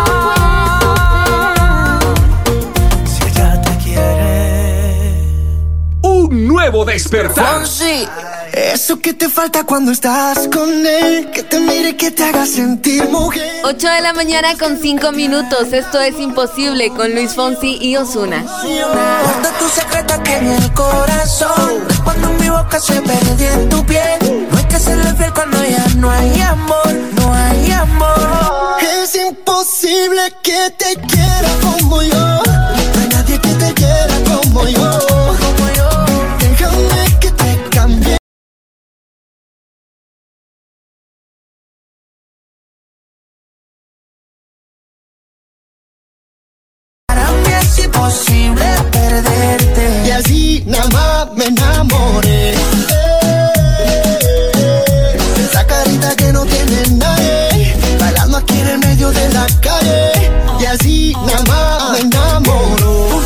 S11: Si ella te quiere.
S1: Un nuevo despertar.
S10: Fonsi, eso que te falta cuando estás con él, que te mire, que te haga sentir mujer.
S3: 8 de la mañana con 5 minutos. Esto es Imposible con Luis Fonsi y Ozuna.
S13: Guarda tu secreto aquí en el corazón. Cuando mi boca se perdió en tu piel. No hay que serle fiel cuando ya no hay amor. No hay amor.
S10: Es imposible que te quiera como yo. No hay nadie que te quiera como yo. Déjame que te cambie.
S13: Para mí es imposible perderte.
S10: Y así nada más me enamoré. Esa carita que no tiene nadie, bailando aquí en el medio de la calle. Y así nada más me enamoro.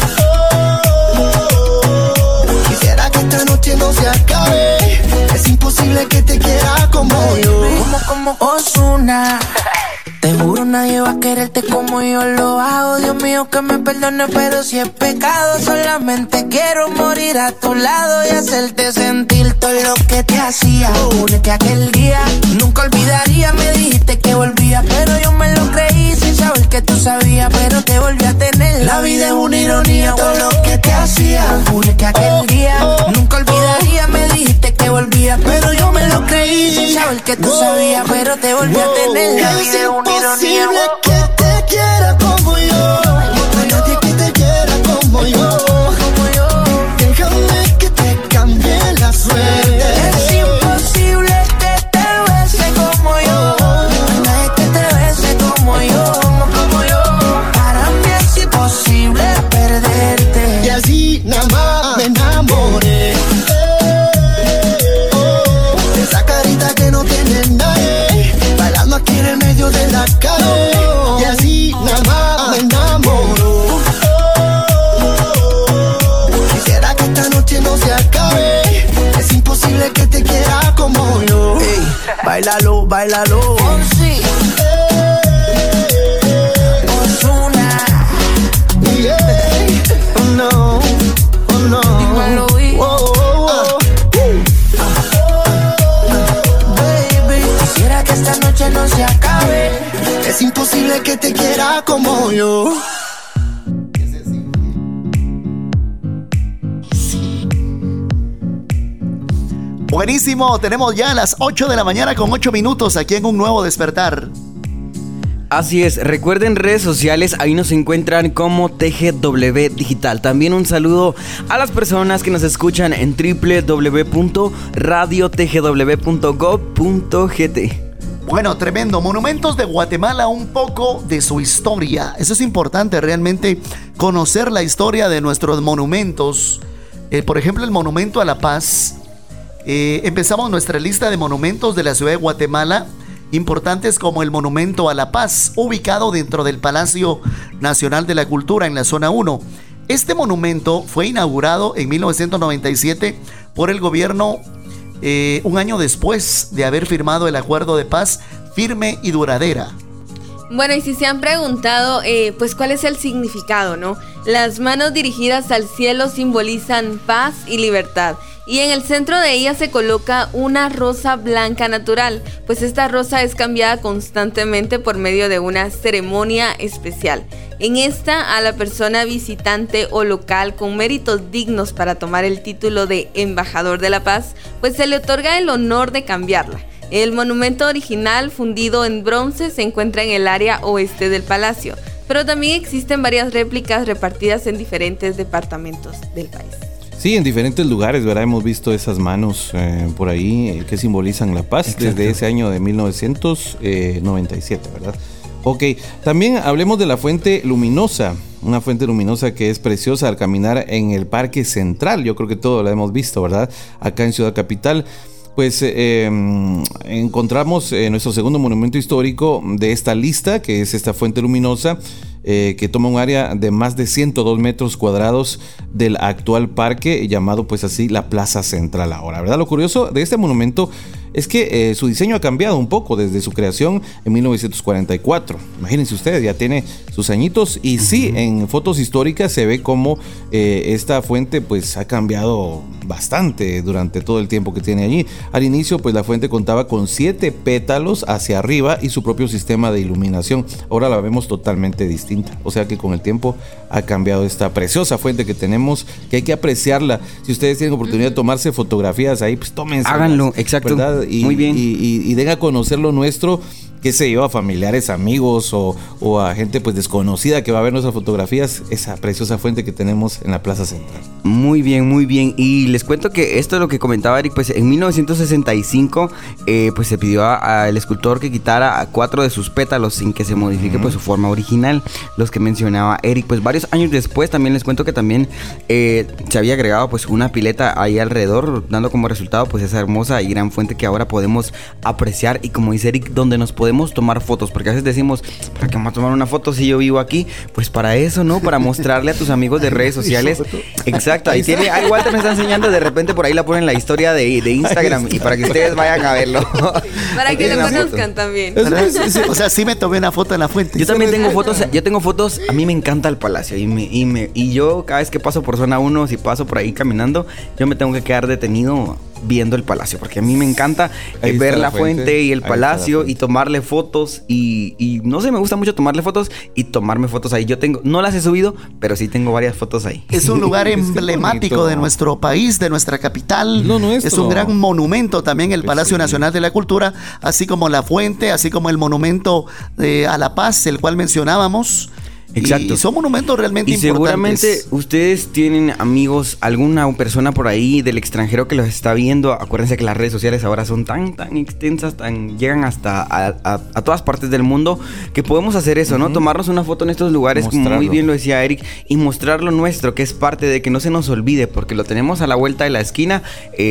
S10: Quisiera que esta noche no se acabe. Es imposible que te quiera como yo.
S13: Como Ozuna. Te juro nadie va a quererte como yo lo hago. Dios mío que me perdone, pero si es pecado, solamente quiero morir a tu lado y hacerte sentir todo lo que te hacía. Juro que aquel día nunca olvidaría. Me dijiste que volvía, pero yo me lo creí sin saber que tú sabías, pero te volví a tener. La vida es una ironía, todo lo que te hacía. Juro que aquel día nunca olvidaría. Me dijiste que volvía, pero yo me lo creí sin saber que tú sabías, pero te volví a tener. La vida es una
S10: imposible que te quiera como yo. No hay nadie que te quiera como yo. Déjame que te cambie la suerte.
S13: Es imposible que te bese como yo. No hay nadie que te
S11: Báilalo, báilalo.
S13: Oh, sí. Ozuna.
S11: Oh no, oh no.
S13: Dímelo, Luis.
S11: Baby, quisiera que esta noche no se acabe. Es imposible que te quiera como yo.
S2: Buenísimo, tenemos ya las 8 de la mañana con 8 minutos aquí en Un Nuevo Despertar.
S4: Así es, recuerden redes sociales, ahí nos encuentran como TGW Digital. También un saludo a las personas que nos escuchan en www.radiotgw.gov.gt.
S2: Bueno, tremendo. Monumentos de Guatemala, un poco de su historia. Eso es importante realmente, conocer la historia de nuestros monumentos. Por ejemplo, el Monumento a la Paz. Empezamos nuestra lista de monumentos de la ciudad de Guatemala, importantes como el Monumento a la Paz, ubicado dentro del Palacio Nacional de la Cultura en la zona 1. Este monumento fue inaugurado en 1997 por el gobierno un año después de haber firmado el acuerdo de paz firme y duradera.
S3: Bueno, y si se han preguntado, pues cuál es el significado, ¿no? Las manos dirigidas al cielo simbolizan paz y libertad. Y en el centro de ella se coloca una rosa blanca natural, pues esta rosa es cambiada constantemente por medio de una ceremonia especial. En esta, a la persona visitante o local con méritos dignos para tomar el título de embajador de la paz, pues se le otorga el honor de cambiarla. El monumento original, fundido en bronce, se encuentra en el área oeste del palacio, pero también existen varias réplicas repartidas en diferentes departamentos del país.
S6: Sí, en diferentes lugares, ¿verdad? Hemos visto esas manos por ahí que simbolizan la paz. Exacto. Desde ese año de 1997, ¿verdad? Ok, también hablemos de la fuente luminosa, una fuente luminosa que es preciosa al caminar en el Parque Central. Yo creo que todos la hemos visto, ¿verdad? Acá en Ciudad Capital. Pues encontramos nuestro segundo monumento histórico de esta lista, que es esta fuente luminosa, que toma un área de más de 102 metros cuadrados del actual parque, llamado pues así la Plaza Central ahora, ¿verdad? Lo curioso de este monumento es que su diseño ha cambiado un poco desde su creación en 1944. Imagínense ustedes, ya tiene sus añitos y sí, en fotos históricas se ve como esta fuente pues ha cambiado bastante durante todo el tiempo que tiene allí. Al inicio pues la fuente contaba con 7 pétalos hacia arriba y su propio sistema de iluminación. Ahora la vemos totalmente distinta, o sea que con el tiempo ha cambiado esta preciosa fuente que tenemos, que hay que apreciarla. Si ustedes tienen oportunidad de tomarse fotografías ahí, pues tómense.
S4: Háganlo, exacto.
S6: ¿Verdad?
S4: Muy bien.
S6: Y den a conocer lo nuestro, qué sé yo, a familiares, amigos o a gente pues desconocida que va a ver nuestras fotografías, esa preciosa fuente que tenemos en la Plaza Central.
S4: Muy bien, muy bien. Y les cuento que esto es lo que comentaba Eric, pues en 1965 pues se pidió al escultor que quitara 4 de sus pétalos sin que se modifique pues su forma original, los que mencionaba Eric. Pues varios años después también les cuento que también se había agregado pues una pileta ahí alrededor, dando como resultado pues esa hermosa y gran fuente que ahora podemos apreciar, y como dice Eric, donde nos podemos tomar fotos, porque a veces decimos, ¿para qué vamos a tomar una foto si yo vivo aquí? Pues para eso, ¿no? Para mostrarle a tus amigos de redes sociales. Exacto, ahí tiene, Walter me está enseñando, de repente por ahí la ponen en la historia de Instagram, y para que ustedes vayan a verlo.
S3: Para que lo conozcan también.
S2: O sea, sí me tomé una foto en la fuente.
S4: Yo también tengo fotos, a mí me encanta el palacio, y yo cada vez que paso por zona 1, si paso por ahí caminando, yo me tengo que quedar detenido viendo el palacio, porque a mí me encanta ver la fuente y el palacio y tomarle fotos, y no sé, me gusta mucho tomarle fotos y tomarme fotos ahí. Yo tengo, no las he subido, pero sí tengo varias fotos ahí.
S2: Es un lugar emblemático de nuestro país, de nuestra capital. Es un gran monumento también el Palacio Nacional de la Cultura, así como la fuente, así como el monumento a la paz, el cual mencionábamos.
S4: Exacto.
S2: Y son monumentos realmente importantes.
S4: Seguramente ustedes tienen amigos, alguna persona por ahí del extranjero que los está viendo. Acuérdense que las redes sociales ahora son tan extensas, llegan hasta a todas partes del mundo, que podemos hacer eso, ¿no? Tomarnos una foto en estos lugares, como muy bien lo decía Eric, y mostrar lo nuestro, que es parte de que no se nos olvide, porque lo tenemos a la vuelta de la esquina,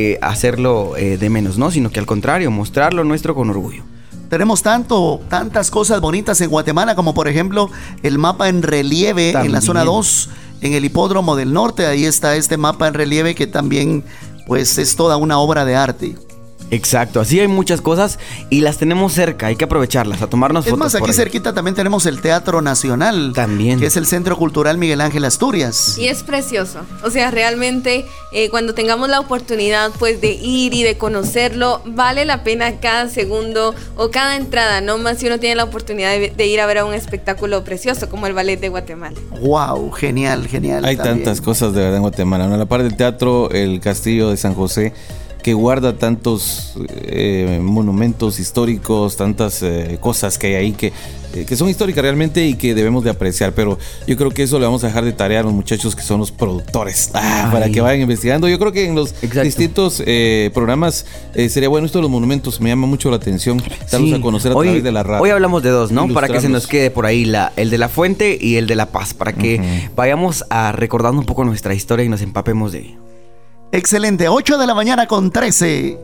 S4: hacerlo de menos, ¿no? Sino que al contrario, mostrar lo nuestro con orgullo.
S2: Tenemos tantas cosas bonitas en Guatemala, como por ejemplo el mapa en relieve también en la zona 2, en el Hipódromo del Norte. Ahí está este mapa en relieve que también pues es toda una obra de arte.
S4: Exacto, así hay muchas cosas y las tenemos cerca, hay que aprovecharlas, a tomarnos
S2: Es
S4: fotos.
S2: más, aquí
S4: por ahí.
S2: cerquita también tenemos el Teatro Nacional.
S4: También.
S2: Que es el Centro Cultural Miguel Ángel Asturias.
S3: Y es precioso, o sea, realmente cuando tengamos la oportunidad pues de ir y de conocerlo, vale la pena cada segundo o cada entrada, no más si uno tiene la oportunidad de ir a ver a un espectáculo precioso como el Ballet de Guatemala.
S2: Wow, genial, genial.
S6: Hay
S2: también.
S6: tantas cosas de verdad en Guatemala, ¿no? A la par del teatro, el Castillo de San José, que guarda tantos monumentos históricos, tantas cosas que hay ahí que son históricas realmente y que debemos de apreciar, pero yo creo que eso le vamos a dejar de tarea a los muchachos que son los productores, para que vayan investigando. Yo creo que en los distintos programas sería bueno esto de los monumentos, me llama mucho la atención darlos a conocer a través de la radio.
S4: Hoy hablamos de dos, ¿no? Para que se
S6: Ilustrarlos.
S4: nos quede por ahí el de la Fuente y el de La Paz, para que vayamos recordando un poco nuestra historia y nos empapemos de ello.
S2: Excelente, 8 de la mañana con 13.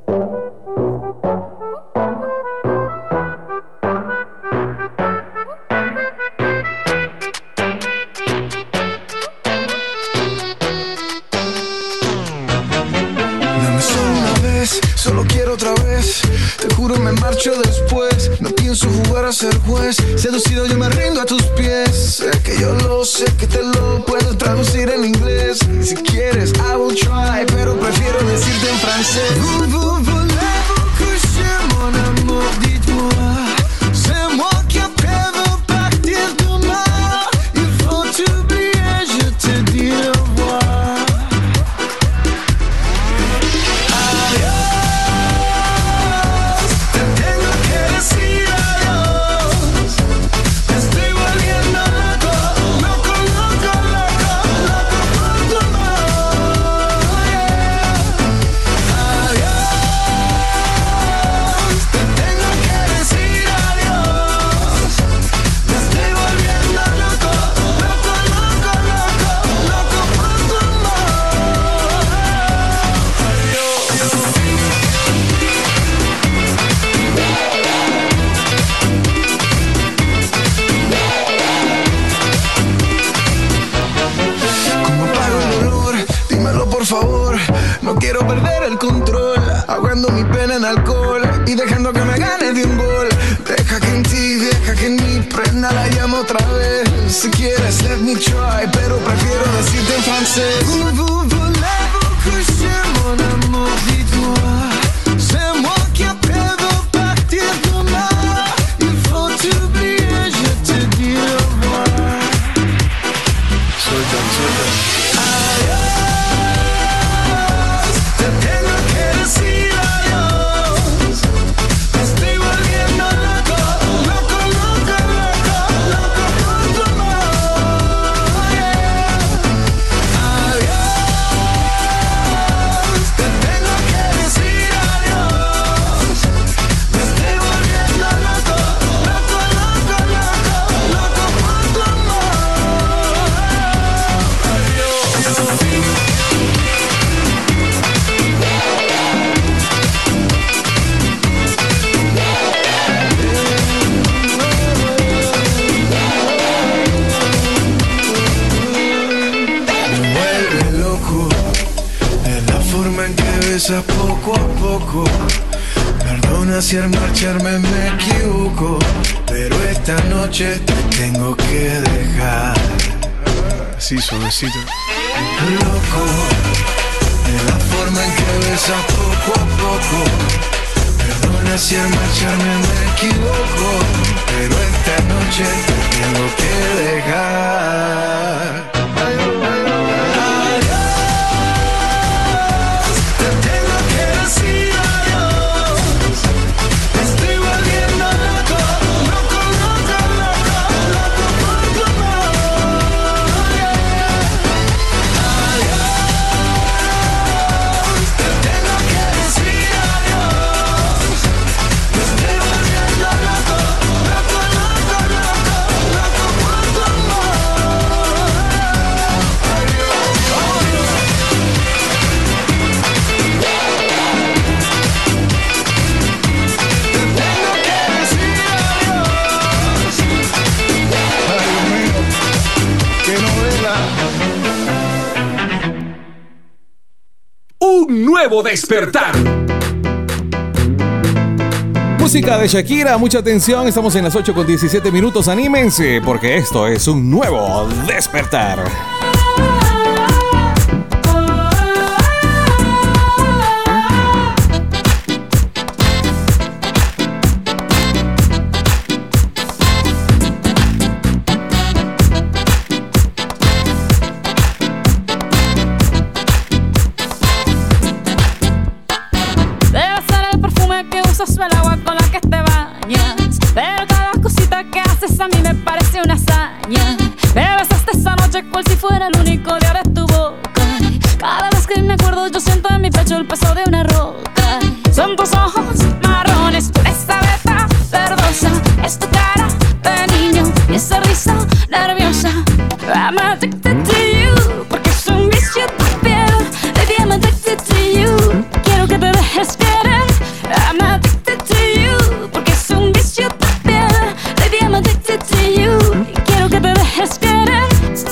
S10: Dame solo una vez, solo quiero otra vez. Te juro me marcho después. No pienso jugar a ser juez. Seducido yo me rindo a tus pies. Sé que yo lo sé, que te lo puedo traducir en inglés. Si quieres, I will try, pero prefiero decirte en francés. Voulez-vous coucher mon amour, dites-moi. C'est moi qui après veux partir demain. Il faut t'oublier, je te dis au revoir. Te tengo que decir adiós. Estoy volviendo loco, loco, loco, loco, loco por tu amor. Adiós. Te tengo que decir adiós. Estoy volviendo loco, loco, loco, loco, loco por tu amor. ¿Cómo apago el dolor? Dímelo por favor. No quiero perder el control, ahogando mi pena en alcohol y dejando que me gane de un gol. Deja que en ti, deja que en mí prenda la llama otra vez. Si quieres, let me try, pero prefiero decirte en francés. Voulez-vous coucher mon amour, dites-moi. C'est moi qui après veux partir demain. Il faut t'oublier, je te dis au revoir. Adiós, te tengo que decir adiós. Estoy volviendo loco, loco, loco, loco, loco por tu amor. Adiós, te tengo que decir adiós. Estoy volviendo loco, loco, loco, loco, loco por tu amor. Me vuelve loco es la forma en que besas poco a poco. Perdona si al marcharme me equivoco, pero esta noche te tengo que dejar. Así suavecito. Loco es la forma en que besas poco a poco. Perdona si al marcharme me equivoco, pero esta noche te tengo que dejar. Adiós, te tengo que decir adiós. Estoy volviendo loco, loco, loco, loco, loco por tu amor. Adiós, te tengo que decir adiós. Estoy volviendo loco, loco, loco, loco, loco por tu amor. Te tengo que decir adiós. Ay, Dios mío, qué novela.
S1: Un nuevo despertar.
S6: Música de Shakira, mucha atención, estamos en las 8:17, anímense, porque esto es un nuevo despertar.
S9: Debe ser el perfume que usas o el agua con la que te bañas. Pero cada cosita que haces a mí me parece una hazaña. Me besaste esa noche cual si fuera el único día de tu boca. Cada vez que me acuerdo yo siento en mi pecho el peso de una roca. Son tus ojos marrones, esa beta verdosa. Es tu cara de niño y esa risa nerviosa. I'm addicted to you, porque es un vicio tu piel. Baby, I'm addicted to you. Quiero que te dejes querer. I'm addicted to you, porque es un vicio tu piel. Baby, I'm addicted to you. Quiero que te dejes querer.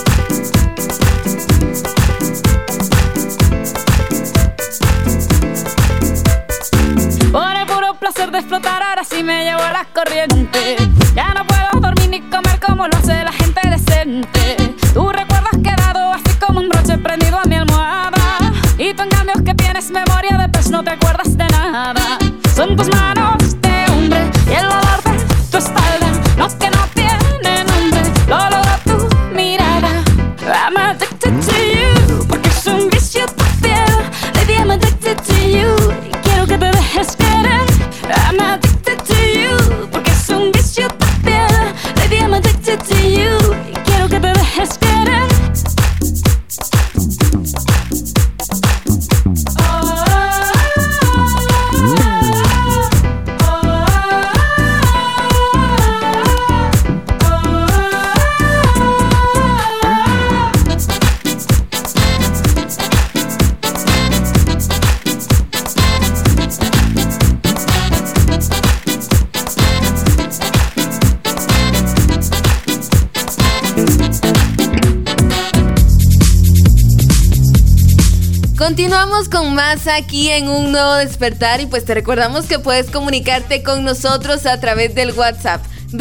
S9: Por el puro placer de explotar, ahora sí me llevo la corriente. Ya no puedo dormir ni comer como lo hace la gente decente. Tú recuerdas quedado así como un broche prendido a mi almohada. Y tú en cambio que tienes memoria de pez no te acuerdas de nada. Son tus manos de hombre y el olor de tu espalda. No que no tiene nombre, lo logra tu mirada. I'm addicted to you, porque es un vicio tu piel. Baby, I'm addicted to you. Quiero que te dejes querer. I'm addicted to you, porque es un vicio tu piel. Baby, I'm addicted to you. Quiero que te dejes querer.
S3: Continuamos con más aquí en Un Nuevo Despertar y pues te recordamos que puedes comunicarte con nosotros a través del WhatsApp.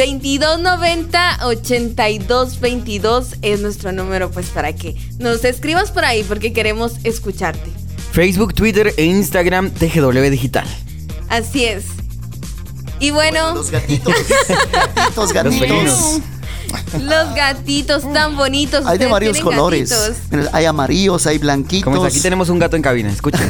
S3: 2290-8222 es nuestro número pues para que nos escribas por ahí porque queremos escucharte.
S4: Facebook, Twitter e Instagram, TGW Digital.
S3: Así es. Y bueno,
S2: Los gatitos. Los gatitos.
S3: Los gatitos tan bonitos.
S2: Hay de
S3: ¿Ustedes
S2: varios
S3: tienen
S2: colores.
S3: gatitos?
S2: Mira, hay amarillos, hay blanquitos.
S4: Como es, aquí tenemos un gato en cabina, escuchen.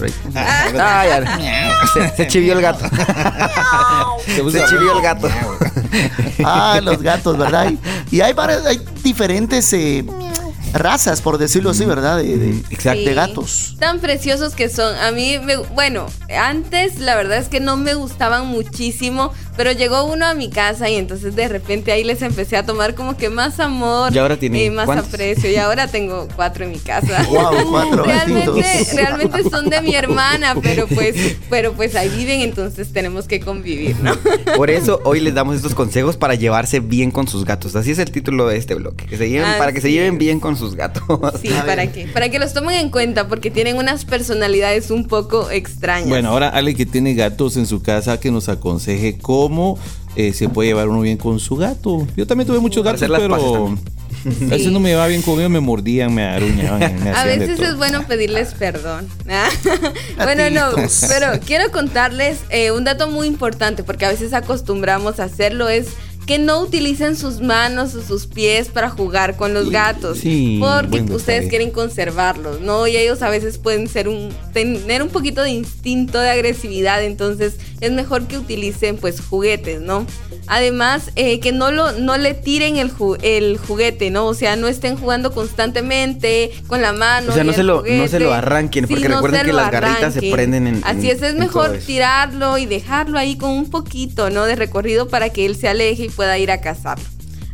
S4: Se chivió el gato. Se chivió el gato.
S2: Ah, los gatos, ¿verdad? Y hay diferentes razas, por decirlo así, ¿verdad? De gatos.
S3: Tan preciosos que son. A mí, bueno, antes la verdad es que no me gustaban muchísimo, pero llegó uno a mi casa y entonces de repente ahí les empecé a tomar como que más amor.
S4: Y ahora tiene
S3: más
S4: ¿cuántos?
S3: aprecio. Y ahora tengo 4 en mi casa.
S2: Wow, 4 gatitos.
S3: Realmente son de mi hermana, pero pues ahí viven, entonces tenemos que convivir, ¿no?
S4: Por eso hoy les damos estos consejos para llevarse bien con sus gatos. Así es el título de este bloque. Para que se lleven bien con sus gatos.
S3: Sí, para que los tomen en cuenta porque tienen unas personalidades un poco extrañas.
S6: Bueno, ahora Ale que tiene gatos en su casa, que nos aconseje cómo se puede llevar uno bien con su gato. Yo también tuve muchos gatos, pero a veces no me llevaba bien conmigo, me mordían, me aruñaban. Me
S3: a
S6: hacían de
S3: veces
S6: todo.
S3: es bueno pedirles perdón. Bueno, no, pero quiero contarles un dato muy importante porque a veces acostumbramos a hacerlo, es que no utilicen sus manos o sus pies para jugar con los gatos, porque ustedes quieren conservarlos, ¿no? Y ellos a veces pueden tener un poquito de instinto de agresividad, entonces es mejor que utilicen pues juguetes, ¿no? Además, que no le tiren el juguete, ¿no? O sea, no estén jugando constantemente con la mano.
S4: O sea, no se lo arranquen, porque recuerden que las garritas se prenden
S3: Así es mejor tirarlo y dejarlo ahí con un poquito, ¿no? De recorrido para que él se aleje y pueda ir a cazarlo.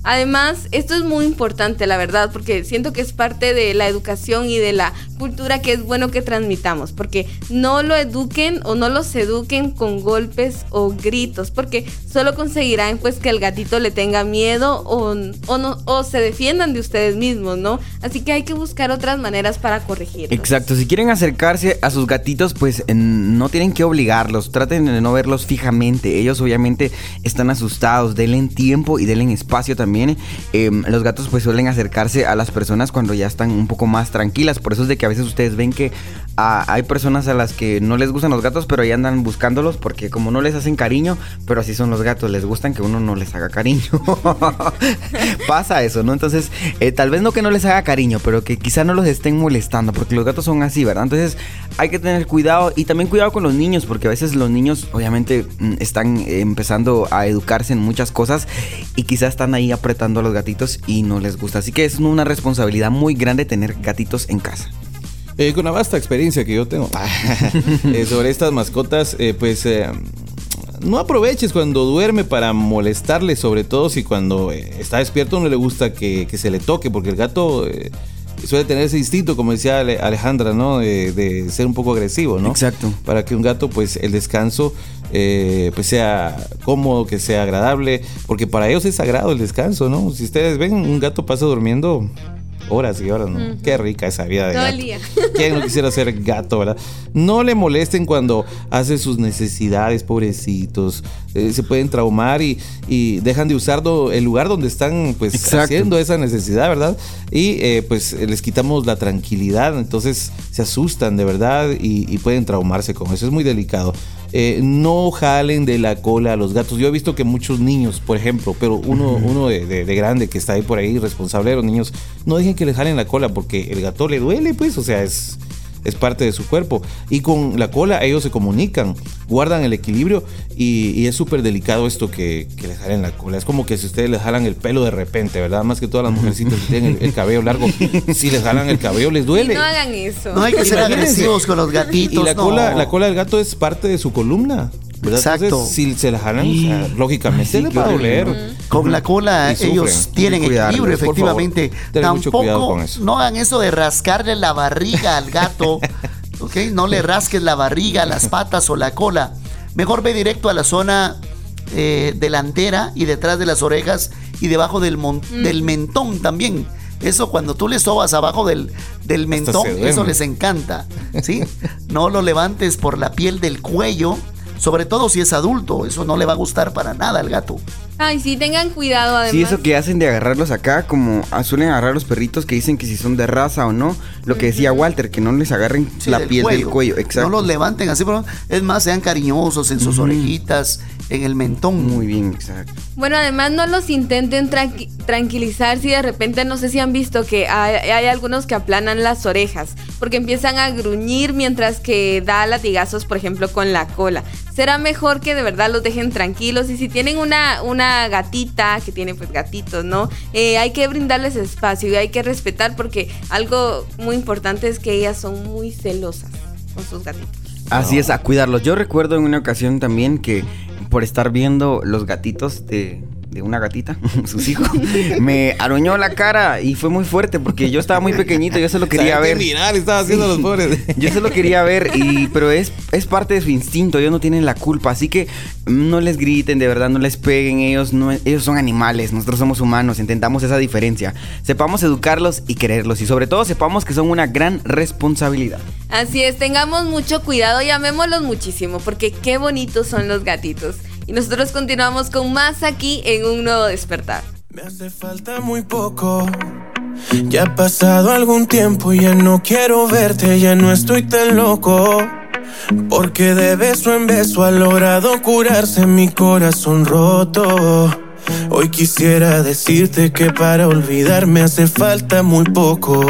S3: Además, esto es muy importante, la verdad, porque siento que es parte de la educación y de la cultura que es bueno que transmitamos, porque no lo eduquen o no los eduquen con golpes o gritos, porque solo conseguirán pues que el gatito le tenga miedo o se defiendan de ustedes mismos, ¿no? Así que hay que buscar otras maneras para corregirlos.
S4: Exacto, si quieren acercarse a sus gatitos, pues no tienen que obligarlos, traten de no verlos fijamente. Ellos obviamente están asustados, denle tiempo y denle espacio también. Los gatos pues suelen acercarse a las personas cuando ya están un poco más tranquilas, por eso es de que a veces ustedes ven que hay personas a las que no les gustan los gatos, pero ahí andan buscándolos porque como no les hacen cariño, pero así son los gatos, les gustan que uno no les haga cariño. Pasa eso, ¿no? Entonces, tal vez no que no les haga cariño, pero que quizá no los estén molestando, porque los gatos son así, ¿verdad? Entonces, hay que tener cuidado y también cuidado con los niños, porque a veces los niños obviamente están empezando a educarse en muchas cosas y quizás están ahí apretando a los gatitos y no les gusta. Así que es una responsabilidad muy grande tener gatitos en casa.
S6: Con la vasta experiencia que yo tengo sobre estas mascotas, no aproveches cuando duerme para molestarle, sobre todo si cuando está despierto no le gusta que se le toque, porque el gato suele tener ese instinto, como decía Alejandra, ¿no? De ser un poco agresivo, ¿no?
S4: Exacto.
S6: Para que un gato, pues, el descanso pues sea cómodo, que sea agradable, porque para ellos es sagrado el descanso, ¿no? Si ustedes ven, un gato pasa durmiendo horas y horas, ¿no? Uh-huh. Qué rica esa vida de gato. ¿Quién no quisiera ser gato, verdad? No le molesten cuando hace sus necesidades, pobrecitos. Se pueden traumar y dejan de usar el lugar donde están, pues, exacto, haciendo esa necesidad, ¿verdad? Y pues les quitamos la tranquilidad, entonces se asustan de verdad y pueden traumarse con eso. Es muy delicado. No jalen de la cola a los gatos. Yo he visto que muchos niños, por ejemplo, pero uno de grande que está ahí por ahí, responsable de los niños, no dejen que les jalen la cola porque el gato le duele, pues, o sea, es parte de su cuerpo. Y con la cola ellos se comunican, guardan el equilibrio y es súper delicado esto que les jalen la cola. Es como que si ustedes les jalan el pelo de repente, ¿verdad? Más que todas las mujercitas que tienen el cabello largo, si les jalan el cabello les duele.
S3: Y no hagan eso.
S2: No hay que ser agresivos con los gatitos.
S6: Y la cola del gato es parte de su columna, ¿verdad?
S2: Exacto.
S6: Entonces, si se la jalan, o sea, lógicamente les va a doler.
S2: Con la cola ellos tienen equilibrio, efectivamente. Tampoco no hagan eso de rascarle la barriga al gato. ¿Ok? No le rasques la barriga, las patas o la cola. Mejor ve directo a la zona delantera y detrás de las orejas y debajo del mentón también. Eso cuando tú le sobas abajo del mentón, eso les encanta, ¿sí? No lo levantes por la piel del cuello, sobre todo si es adulto, eso no le va a gustar para nada al gato.
S3: Ay, sí, tengan cuidado además.
S4: Sí, eso que hacen de agarrarlos acá, como suelen agarrar los perritos que dicen que si son de raza o no, lo que decía Walter, que no les agarren la piel del cuello, exacto.
S2: No los levanten así, pero es más, sean cariñosos en sus orejitas, en el mentón.
S4: Muy bien, exacto.
S3: Bueno, además no los intenten tranquilizar si de repente, no sé si han visto que hay algunos que aplanan las orejas, porque empiezan a gruñir mientras que da latigazos, por ejemplo, con la cola. Será mejor que de verdad los dejen tranquilos, y si tienen una gatita que tiene pues gatitos, ¿no? Hay que brindarles espacio y hay que respetar, porque algo muy importante es que ellas son muy celosas con sus gatitos.
S4: Así es, a cuidarlos. Yo recuerdo en una ocasión también que por estar viendo los gatitos de una gatita, sus hijos, me aruñó la cara y fue muy fuerte porque yo estaba muy pequeñito, yo se lo quería ver.
S6: Mirar, estaba haciendo los pobres.
S4: Yo se lo quería ver, pero es parte de su instinto, ellos no tienen la culpa, así que no les griten, de verdad, no les peguen, ellos son animales, nosotros somos humanos, entendamos esa diferencia, sepamos educarlos y quererlos, y sobre todo sepamos que son una gran responsabilidad.
S3: Así es, tengamos mucho cuidado y amémoslos muchísimo, porque qué bonitos son los gatitos. Y nosotros continuamos con más aquí en Un Nuevo Despertar.
S14: Me hace falta muy poco. Ya ha pasado algún tiempo y ya no quiero verte, ya no estoy tan loco. Porque de beso en beso ha logrado curarse mi corazón roto. Hoy quisiera decirte que para olvidar me hace falta muy poco.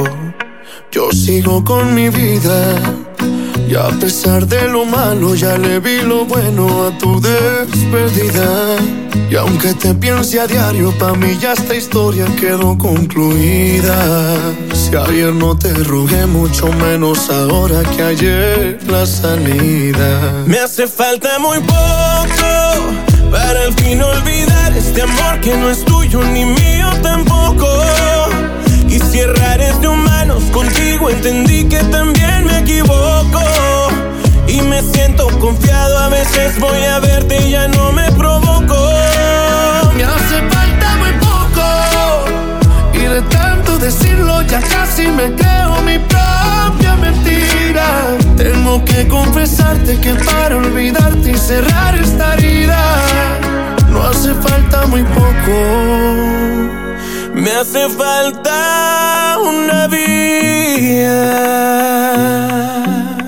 S10: Yo sigo con mi vida y a pesar de lo malo ya le vi lo bueno a tu despedida. Y aunque te piense a diario, pa' mí ya esta historia quedó concluida. Si ayer no te rogué, mucho menos ahora que ayer la salida.
S14: Me hace falta muy poco para al fin olvidar este amor que no es tuyo ni mío tampoco. Y si errar de humanos, contigo entendí que también me equivoco. Y me siento confiado, a veces voy a verte y ya no me provoco.
S15: Me hace falta muy poco, y de tanto decirlo ya casi me creo mi propia mentira. Tengo que confesarte que para olvidarte y cerrar esta herida no hace falta muy poco.
S14: Me hace falta una vía.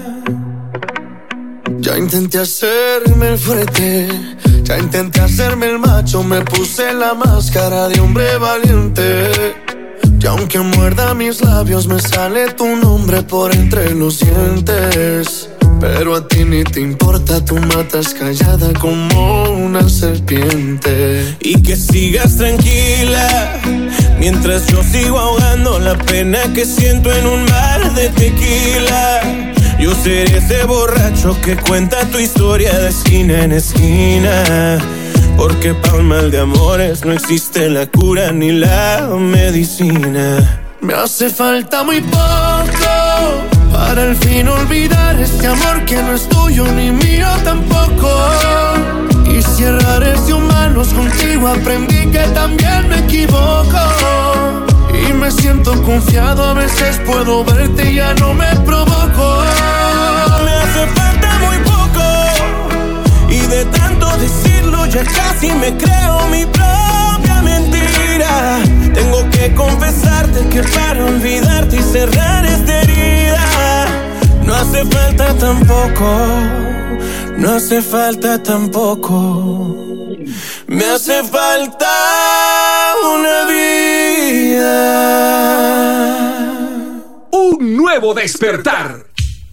S15: Ya intenté hacerme el fuerte, ya intenté hacerme el macho, me puse la máscara de hombre valiente. Y aunque muerda mis labios me sale tu nombre por entre los dientes. Pero a ti ni te importa, tú matas callada como una serpiente.
S14: Y que sigas tranquila, mientras yo sigo ahogando la pena que siento en un mar de tequila. Yo seré ese borracho que cuenta tu historia de esquina en esquina. Porque para un mal de amores no existe la cura ni la medicina.
S15: Me hace falta muy poco para al fin olvidar este amor que no es tuyo ni mío tampoco. Y si errares de humanos, contigo aprendí que también me equivoco. Y me siento confiado, a veces puedo verte y ya no me provoco.
S14: Me hace falta muy poco, y de tanto decirlo ya casi me creo mi propia mentira. Tengo que confesarte que para olvidarte y cerrar esta herida no hace falta tampoco, no hace falta tampoco. Me hace falta una vida.
S1: Un nuevo despertar.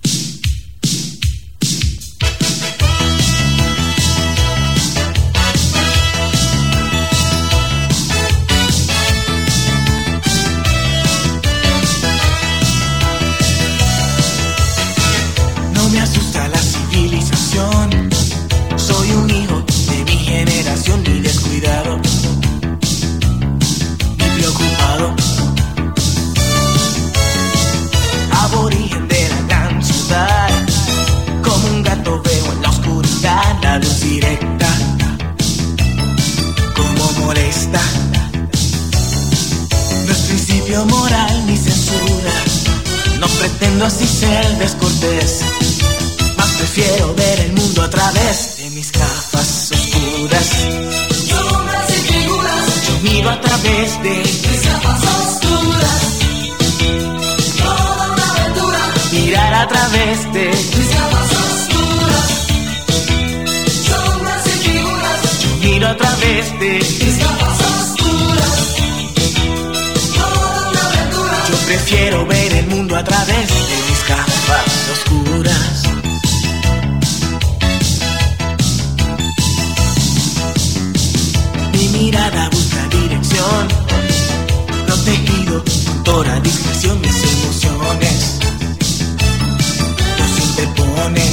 S13: No me asusta la civilización. Soy un hijo de mi generación, ni descuidado, ni preocupado. Aborigen de la gran ciudad, como un gato veo en la oscuridad la luz directa, como molesta. No es principio moral ni censura, no pretendo así ser descortés, mas prefiero ver el mundo a través de mis gafas oscuras.
S5: Sombras y figuras,
S13: yo miro a través de
S5: mis gafas oscuras. Toda una aventura,
S13: mirar a través de
S5: mis gafas oscuras. Sombras y figuras,
S13: yo miro a través de
S5: mis gafas oscuras. Toda una aventura,
S13: yo prefiero ver el mundo a través de mis gafas oscuras. Mi mirada busca dirección, protegido con toda discreción. Mis emociones los interponen,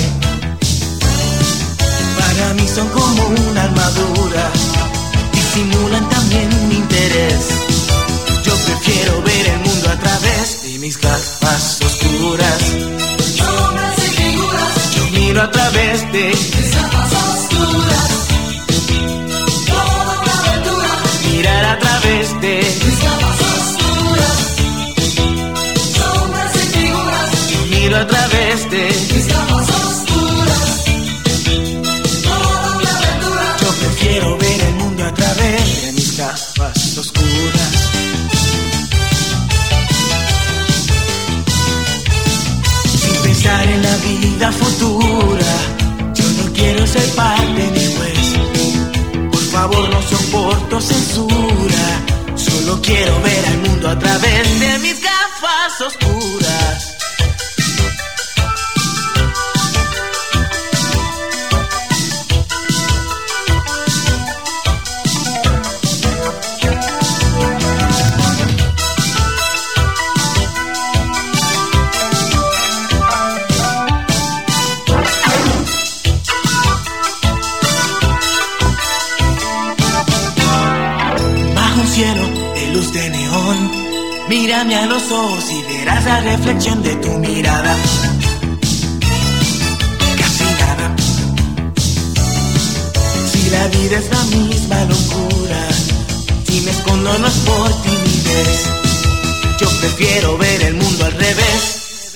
S13: para mí son como una armadura, disimulan también mi interés. Yo prefiero ver el mundo a través de mis gafas oscuras.
S5: sombras y figuras,
S13: Yo miro a través de
S5: mis gafas oscuras. Toda una aventura,
S13: mirar a través de
S5: mis gafas oscuras. Sombras y figuras,
S13: yo miro a través de
S5: mis gafas oscuras. Toda una aventura,
S13: yo prefiero ver el mundo a través de mis gafas oscuras. Sin pensar en la vida futura, yo no quiero ser parte ni juez. Por favor, no soporto censura, solo quiero ver al mundo a través de mis gafas oscuras. corazón. Mírame a los ojos y verás la reflexión de tu mirada. Casi nada. Si la vida es la misma locura, si me escondo no es por timidez. Yo prefiero ver el mundo al revés.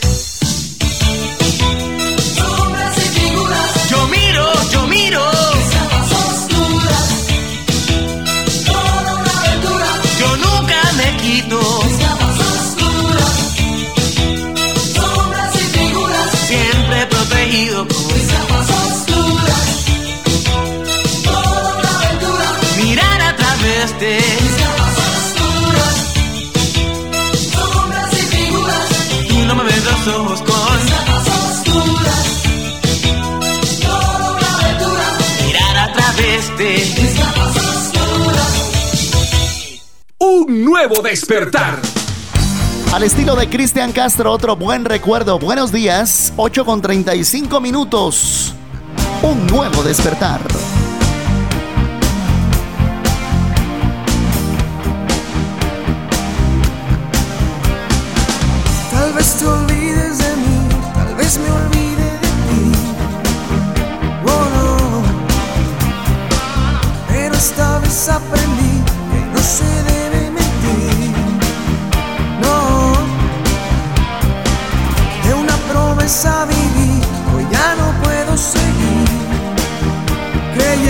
S13: Sombras y figuras. Yo miro. Escapas oscuras. Toda una aventura. Yo nunca me quito. Escapas oscuras. Sombras y figuras. Siempre protegido por escapas oscuras. Toda una aventura. Mirar a través de escapas oscuras. Sombras y figuras. Tú no me ves los ojos con escapas oscuras. Toda una aventura. Mirar a través de escapas oscuras.
S1: Un nuevo despertar.
S2: Al estilo de Cristian Castro, otro buen recuerdo. Buenos días, 8:35. Un nuevo despertar.
S16: Tal vez te olvides de mí, tal vez me olvide de ti. Oh no, pero esta vez aprendí que no se debe mentir. No, de una promesa viví, hoy ya no puedo seguir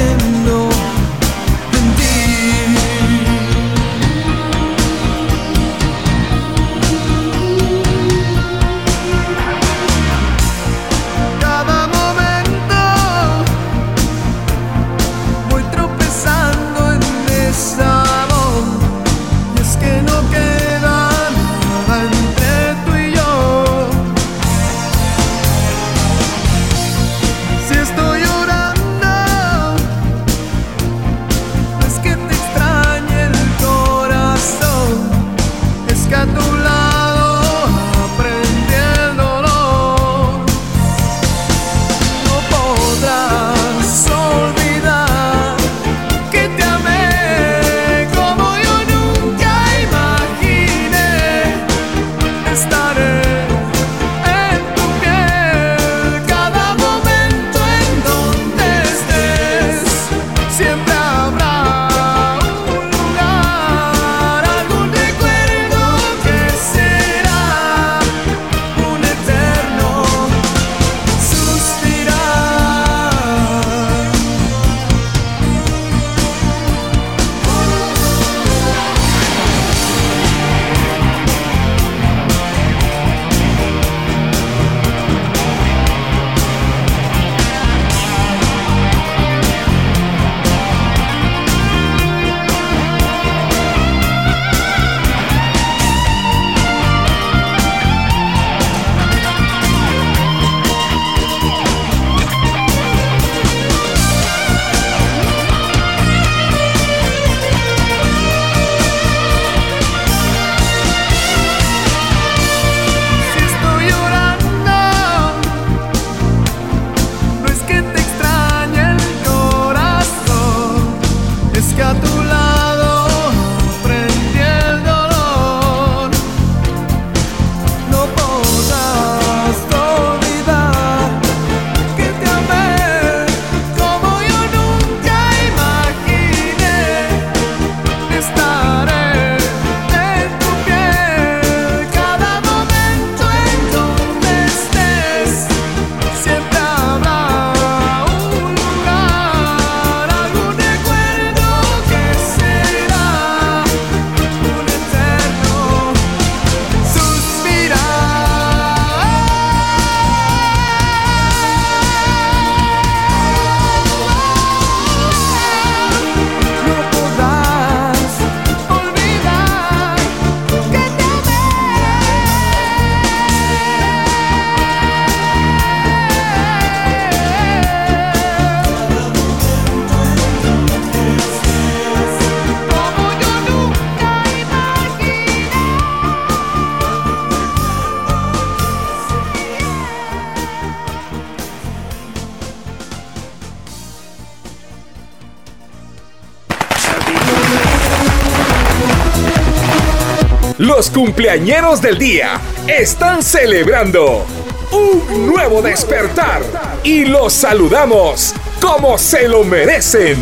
S1: Los cumpleañeros del día están celebrando un nuevo despertar y los saludamos como se lo merecen.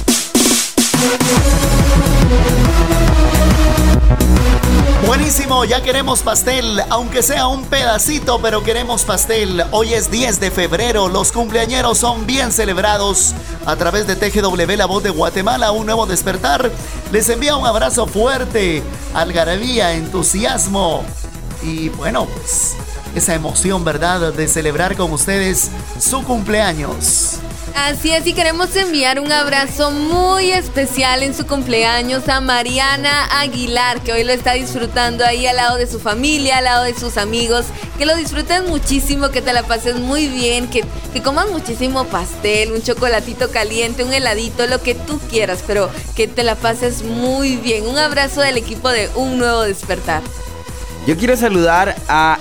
S2: Buenísimo, ya queremos pastel, aunque sea un pedacito, pero queremos pastel. Hoy es 10 de febrero, los cumpleañeros son bien celebrados. A través de TGW, la voz de Guatemala, un nuevo despertar. Les envía un abrazo fuerte, algarabía, entusiasmo y bueno, pues esa emoción, ¿verdad?, de celebrar con ustedes su cumpleaños.
S3: Así es, y queremos enviar un abrazo muy especial en su cumpleaños a Mariana Aguilar, que hoy lo está disfrutando ahí al lado de su familia, al lado de sus amigos. Que lo disfruten muchísimo, que te la pases muy bien, que coman muchísimo pastel, un chocolatito caliente, un heladito, lo que tú quieras, pero que te la pases muy bien. Un abrazo del equipo de Un Nuevo Despertar.
S4: Yo quiero saludar a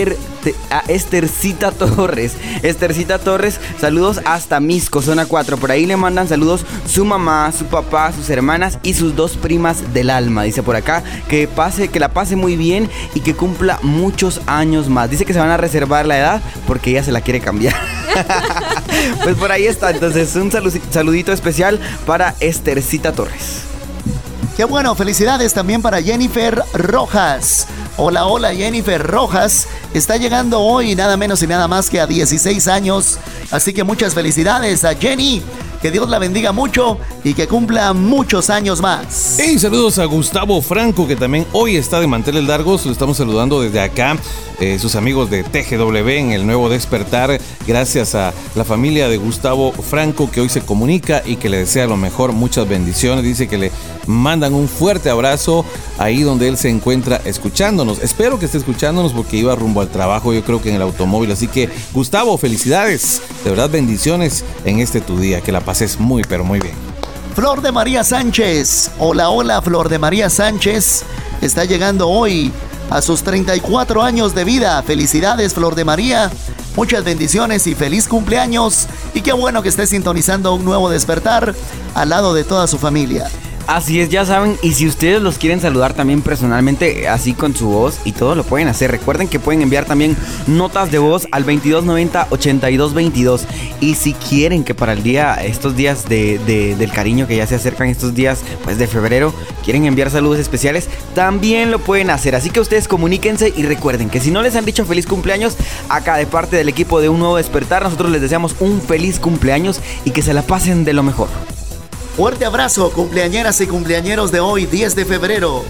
S4: Estercita Torres. Estercita Torres, saludos hasta Misco, zona 4. Por ahí le mandan saludos su mamá, su papá, sus hermanas y sus 2 primas del alma. Dice por acá que la pase muy bien y que cumpla muchos años más. Dice que se van a reservar la edad porque ella se la quiere cambiar. Pues por ahí está. Entonces un saludito especial para Estercita Torres.
S2: Qué bueno, felicidades también para Jennifer Rojas. Hola, hola, Jennifer Rojas. Está llegando hoy nada menos y nada más que a 16 años. Así que muchas felicidades a Jenny. Que Dios la bendiga mucho y que cumpla muchos años más.
S6: Hey, saludos a Gustavo Franco, que también hoy está de manteles largos. Lo estamos saludando desde acá. Sus amigos de TGW en el Nuevo Despertar. Gracias a la familia de Gustavo Franco, que hoy se comunica y que le desea lo mejor. Muchas bendiciones. Dice que le mandan un fuerte abrazo ahí donde él se encuentra escuchándonos. Espero que esté escuchándonos porque iba rumbo al trabajo, yo creo que en el automóvil. Así que, Gustavo, felicidades. De verdad, bendiciones en este tu día. Que la pases muy, pero muy bien.
S2: Flor de María Sánchez. Hola, hola, Flor de María Sánchez. Está llegando hoy a sus 34 años de vida. Felicidades, Flor de María. Muchas bendiciones y feliz cumpleaños. Y qué bueno que esté sintonizando Un Nuevo Despertar al lado de toda su familia.
S4: Así es, ya saben, y si ustedes los quieren saludar también personalmente, así con su voz y todo, lo pueden hacer. Recuerden que pueden enviar también notas de voz al 2290-8222. Y si quieren que para el día, estos días del cariño que ya se acercan, estos días pues de febrero, quieren enviar saludos especiales, también lo pueden hacer. Así que ustedes comuníquense y recuerden que si no les han dicho feliz cumpleaños, acá de parte del equipo de Un Nuevo Despertar, nosotros les deseamos un feliz cumpleaños y que se la pasen de lo mejor.
S2: Fuerte abrazo, cumpleañeras y cumpleañeros de hoy, 10 de febrero.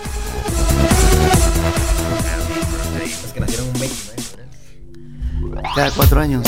S2: Cada 4 años.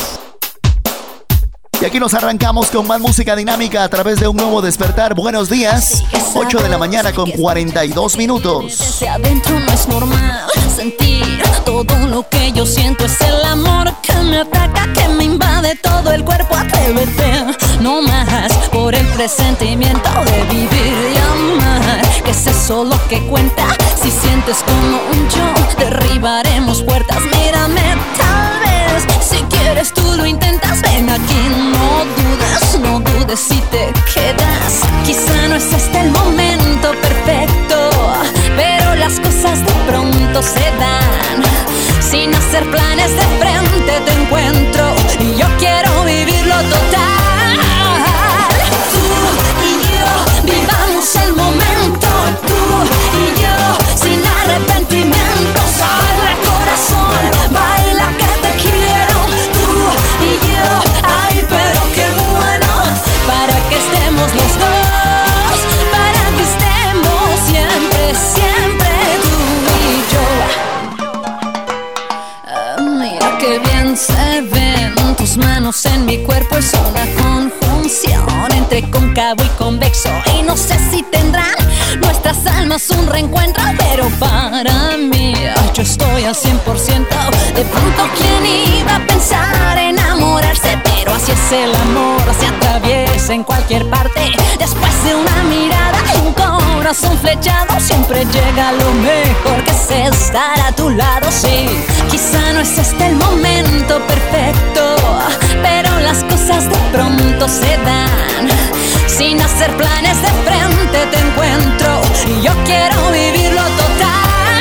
S2: Y aquí nos arrancamos con más música dinámica a través de Un Nuevo Despertar. Buenos días, 8 de la mañana con 42 minutos.
S9: Hacia adentro no es normal sentir todo lo que yo siento. Es el amor que me ataca, que me invade todo el cuerpo. Atrévete, no más por el presentimiento de vivir y amar. Que es eso lo que cuenta. Si sientes como un yo, derribaremos puertas. Mírame, tal vez, si quieres tú lo intentas. Ven aquí, no dudes si te quedas. Quizá no es este el momento perfecto, pero las cosas de pronto se dan. Sin hacer planes de frente te encuentro y yo quiero vivirlo total. Tú y yo vivamos el momento. Tú y yo sin arrepentimientos. Abre el corazón, baila que te quiero. Tú y yo, ay pero qué bueno. Para que estemos los dos, para que estemos siempre, siempre tú y yo. Mira que bien se ven tus manos en mi cuerpo. Es una conjunción entre cóncavo y convexo. Y no sé si tendrán nuestras almas un reencuentro, pero para mí yo estoy al 100%. De pronto, ¿quién iba a pensar enamorarse? Pero así es el amor, se atraviesa en cualquier parte. Después de una mirada y un corazón flechado, siempre llega lo mejor, que es estar a tu lado. Sí, quizá no es este el momento perfecto, pero las cosas de pronto se dan. Sin hacer planes de frente te encuentro y yo quiero vivirlo total.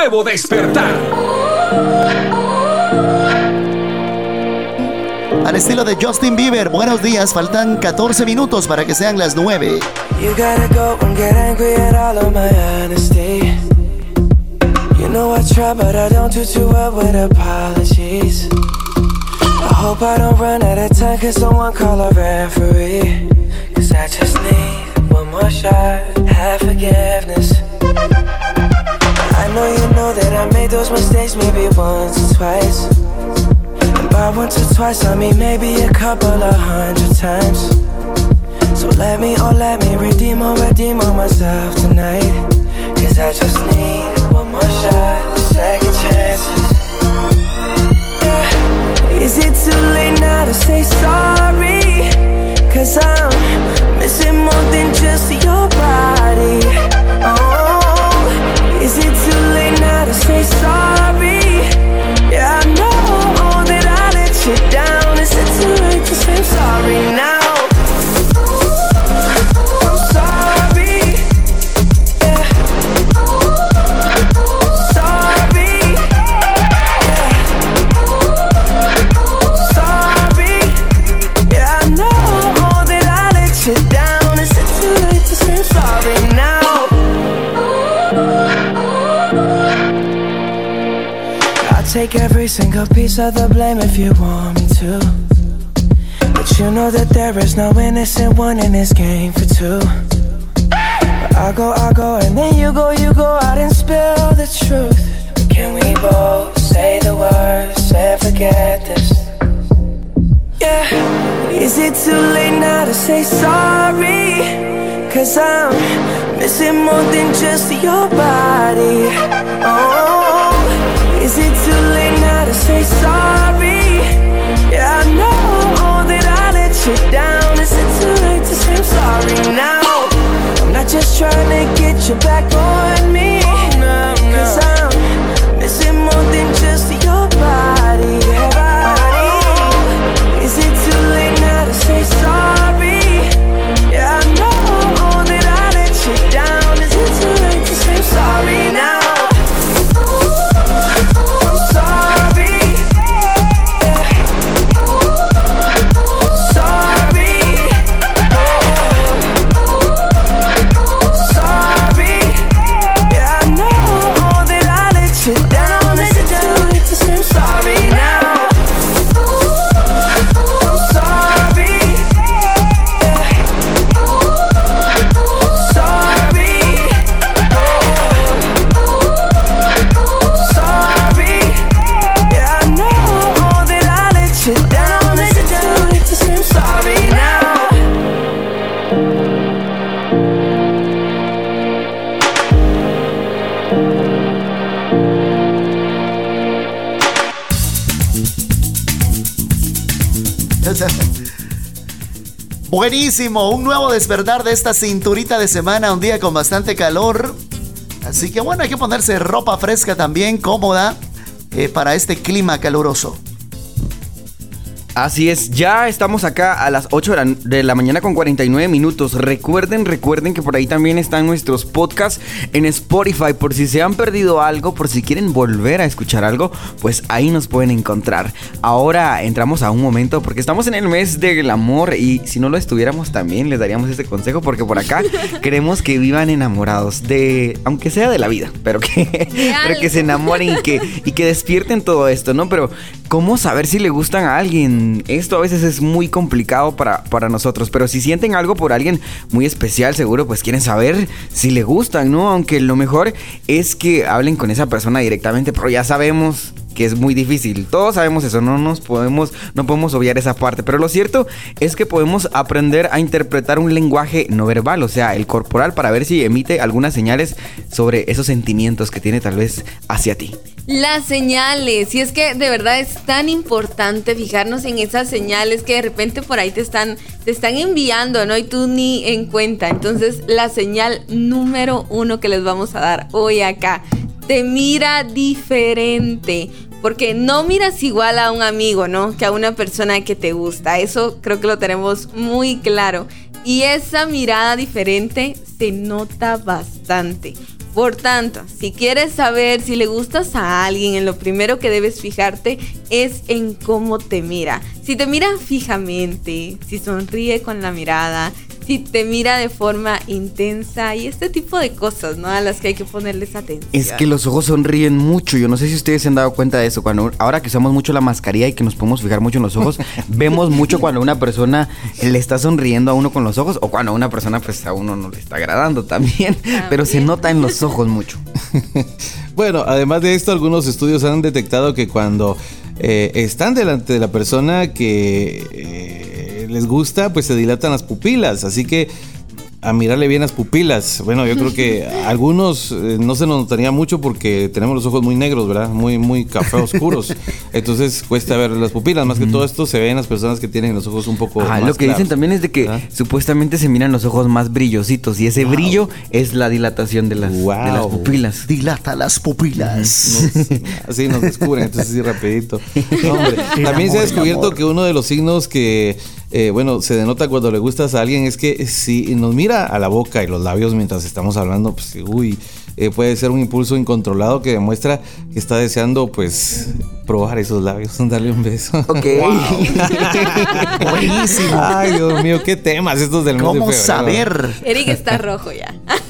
S1: nuevo despertar.
S2: Al estilo de Justin Bieber, buenos días, faltan 14 minutos para que sean las 9.
S16: You gotta go and get angry at all of my honesty. You know I try, but I don't do too well with apologies. I hope I don't run out of time, cause someone call a referee. Cause I just need one more shot, have forgiveness. I know you know that I made those mistakes maybe once or twice. And by once or twice I mean maybe a couple of 100 times. So let me redeem or myself tonight. Cause I just need one more shot, second chances. Yeah. Is it too late now to say sorry? Cause I'm missing more than just your body. Oh, is it too late now to say sorry? Yeah, I know that I let you down. Is it too late to say I'm sorry now? Take every single piece of the blame if you want me to. But you know that there is no innocent one in this game for two. But I go, and then you go out and spill the truth. Can we both say the words and forget this? Yeah. Is it too late now to say sorry? Cause I'm missing more than just your body. Oh, is it too late now to say sorry? Yeah, I know that I let you down. Is it too late to say I'm sorry now? I'm not just trying to get you back on me. Cause I'm missing more than just your body. Oh, is it too late now to say sorry? Yeah, I know that I let you down. Is it too late to say I'm sorry now?
S2: Buenísimo, un nuevo despertar de esta cinturita de semana, un día con bastante calor. Así que bueno, hay que ponerse ropa fresca también, cómoda, para este clima caluroso.
S4: Así es, ya estamos acá a las 8 de la mañana con 49 minutos. Recuerden que por ahí también están nuestros podcasts en Spotify. Por si se han perdido algo, por si quieren volver a escuchar algo, pues ahí nos pueden encontrar. Ahora entramos a un momento, porque estamos en el mes del amor, y si no lo estuviéramos también les daríamos este consejo, porque por acá queremos que vivan enamorados de, aunque sea de la vida, pero que se enamoren y que despierten todo esto, ¿no? Pero ¿cómo saber si le gustan a alguien? Esto a veces es muy complicado para nosotros, pero si sienten algo por alguien muy especial, seguro pues quieren saber si le gustan, ¿no? Aunque lo mejor es que hablen con esa persona directamente, pero ya sabemos que es muy difícil. Todos sabemos eso, no podemos obviar esa parte, pero lo cierto es que podemos aprender a interpretar un lenguaje no verbal, o sea, el corporal, para ver si emite algunas señales sobre esos sentimientos que tiene tal vez hacia ti.
S3: Las señales, y es que de verdad es tan importante fijarnos en esas señales que de repente por ahí te están enviando, ¿no? Y tú ni en cuenta. Entonces, la señal número 1 que les vamos a dar hoy acá: te mira diferente. Porque no miras igual a un amigo, ¿no? Que a una persona que te gusta. Eso creo que lo tenemos muy claro. Y esa mirada diferente se nota bastante. Por tanto, si quieres saber si le gustas a alguien, en lo primero que debes fijarte es en cómo te mira. Si te mira fijamente, si sonríe con la mirada, si te mira de forma intensa y este tipo de cosas, ¿no? A las que hay que ponerles atención.
S4: Es que los ojos sonríen mucho. Yo no sé si ustedes se han dado cuenta de eso. Ahora que usamos mucho la mascarilla y que nos podemos fijar mucho en los ojos, vemos mucho cuando una persona le está sonriendo a uno con los ojos o cuando una persona pues a uno no le está agradando también. Pero se nota en los ojos mucho.
S6: Bueno, además de esto, algunos estudios han detectado que cuando están delante de la persona que les gusta, pues se dilatan las pupilas. Así que a mirarle bien las pupilas. Bueno, yo creo que a algunos no se nos notaría mucho porque tenemos los ojos muy negros, ¿verdad? Muy café oscuros. Entonces cuesta ver las pupilas. Más que todo esto se ve en las personas que tienen los ojos un poco más
S4: lo que
S6: claros.
S4: dicen también es de que supuestamente se miran los ojos más brillositos y ese brillo es la dilatación de las pupilas.
S2: Dilata las pupilas.
S6: Así nos descubren, entonces sí rapidito. No, hombre. También se ha descubierto que uno de los signos que se denota cuando le gustas a alguien es que si nos mira a la boca y los labios mientras estamos hablando, pues puede ser un impulso incontrolado que demuestra que está deseando pues probar esos labios, darle un beso.
S2: Ok. Wow. Buenísimo.
S6: Ay, Dios mío, qué temas estos del mes de febrero.
S2: ¿Cómo saber?
S3: Eric está rojo ya.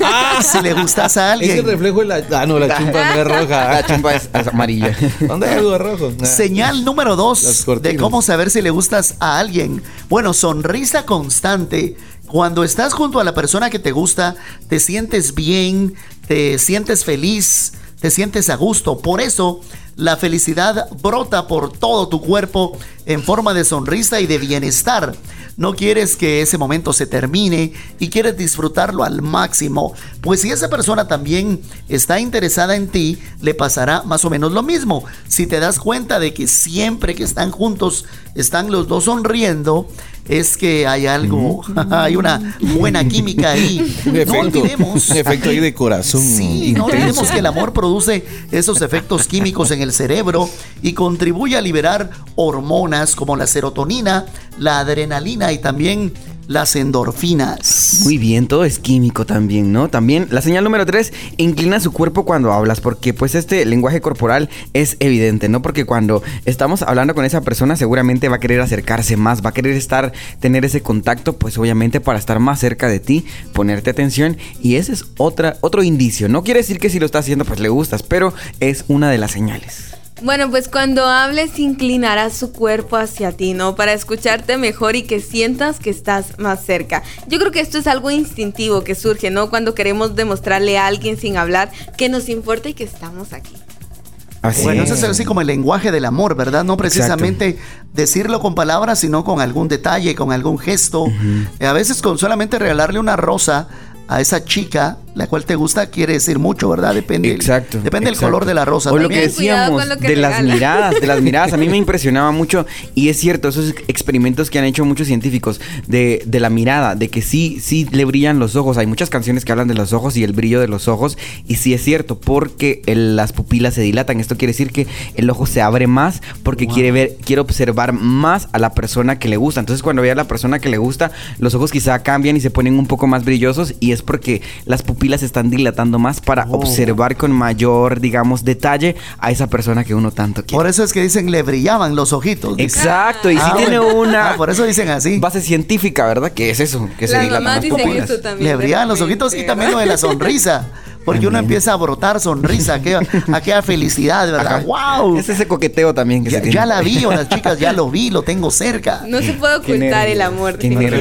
S2: Si le gustas a alguien.
S6: Es el reflejo de la chumpa no es roja.
S4: La chumpa es amarilla.
S6: ¿Dónde hay algo rojo?
S2: Señal número 2 de cómo saber si le gustas a alguien. Bueno, sonrisa constante. Cuando estás junto a la persona que te gusta, te sientes bien, te sientes feliz, te sientes a gusto. Por eso, la felicidad brota por todo tu cuerpo en forma de sonrisa y de bienestar. No quieres que ese momento se termine y quieres disfrutarlo al máximo. Pues si esa persona también está interesada en ti, le pasará más o menos lo mismo. Si te das cuenta de que siempre que están juntos, están los dos sonriendo, es que hay algo, hay una buena química ahí.
S6: Un efecto,
S2: no olvidemos.
S6: Un efecto ahí de corazón.
S2: Sí, no olvidemos que el amor produce esos efectos químicos en el cerebro y contribuye a liberar hormonas como la serotonina, la adrenalina y también las endorfinas.
S4: Muy bien, todo es químico también, ¿no? También la señal número 3, inclina su cuerpo cuando hablas, porque pues este lenguaje corporal es evidente, ¿no? Porque cuando estamos hablando con esa persona seguramente va a querer acercarse más, va a querer tener ese contacto, pues obviamente para estar más cerca de ti, ponerte atención, y ese es otro indicio. No quiere decir que si lo está haciendo pues le gustas, pero es una de las señales.
S3: Bueno, pues cuando hables inclinarás su cuerpo hacia ti, ¿no? Para escucharte mejor y que sientas que estás más cerca. Yo creo que esto es algo instintivo que surge, ¿no? Cuando queremos demostrarle a alguien sin hablar que nos importa y que estamos aquí.
S2: Bueno, eso es así como el lenguaje del amor, ¿verdad? No precisamente decirlo con palabras, sino con algún detalle, con algún gesto. A veces con solamente regalarle una rosa a esa chica, la cual te gusta, quiere decir mucho, ¿verdad? Depende del color de la rosa.
S4: O lo que decíamos de las miradas, a mí me impresionaba mucho, y es cierto, esos experimentos que han hecho muchos científicos de la mirada, de que sí le brillan los ojos. Hay muchas canciones que hablan de los ojos y el brillo de los ojos, y sí es cierto, porque las pupilas se dilatan. Esto quiere decir que el ojo se abre más porque quiere observar más a la persona que le gusta. Entonces cuando ve a la persona que le gusta, los ojos quizá cambian y se ponen un poco más brillosos, y es porque las pupilas se están dilatando más para observar con mayor, digamos, detalle a esa persona que uno tanto quiere.
S2: Por eso es que dicen le brillaban los ojitos.
S4: Exacto, y sí tiene una
S2: por eso dicen así.
S4: Base científica, ¿verdad? Que es eso, que se dilatan las pupilas.
S2: Le brillaban los ojitos y también lo de la sonrisa. Porque uno empieza a brotar sonrisa, aquella felicidad, ¿verdad? ¡Wow!
S4: Es ese coqueteo también que
S2: ya la vi, o las chicas, ya lo vi, lo tengo cerca.
S3: No se puede ocultar el amor.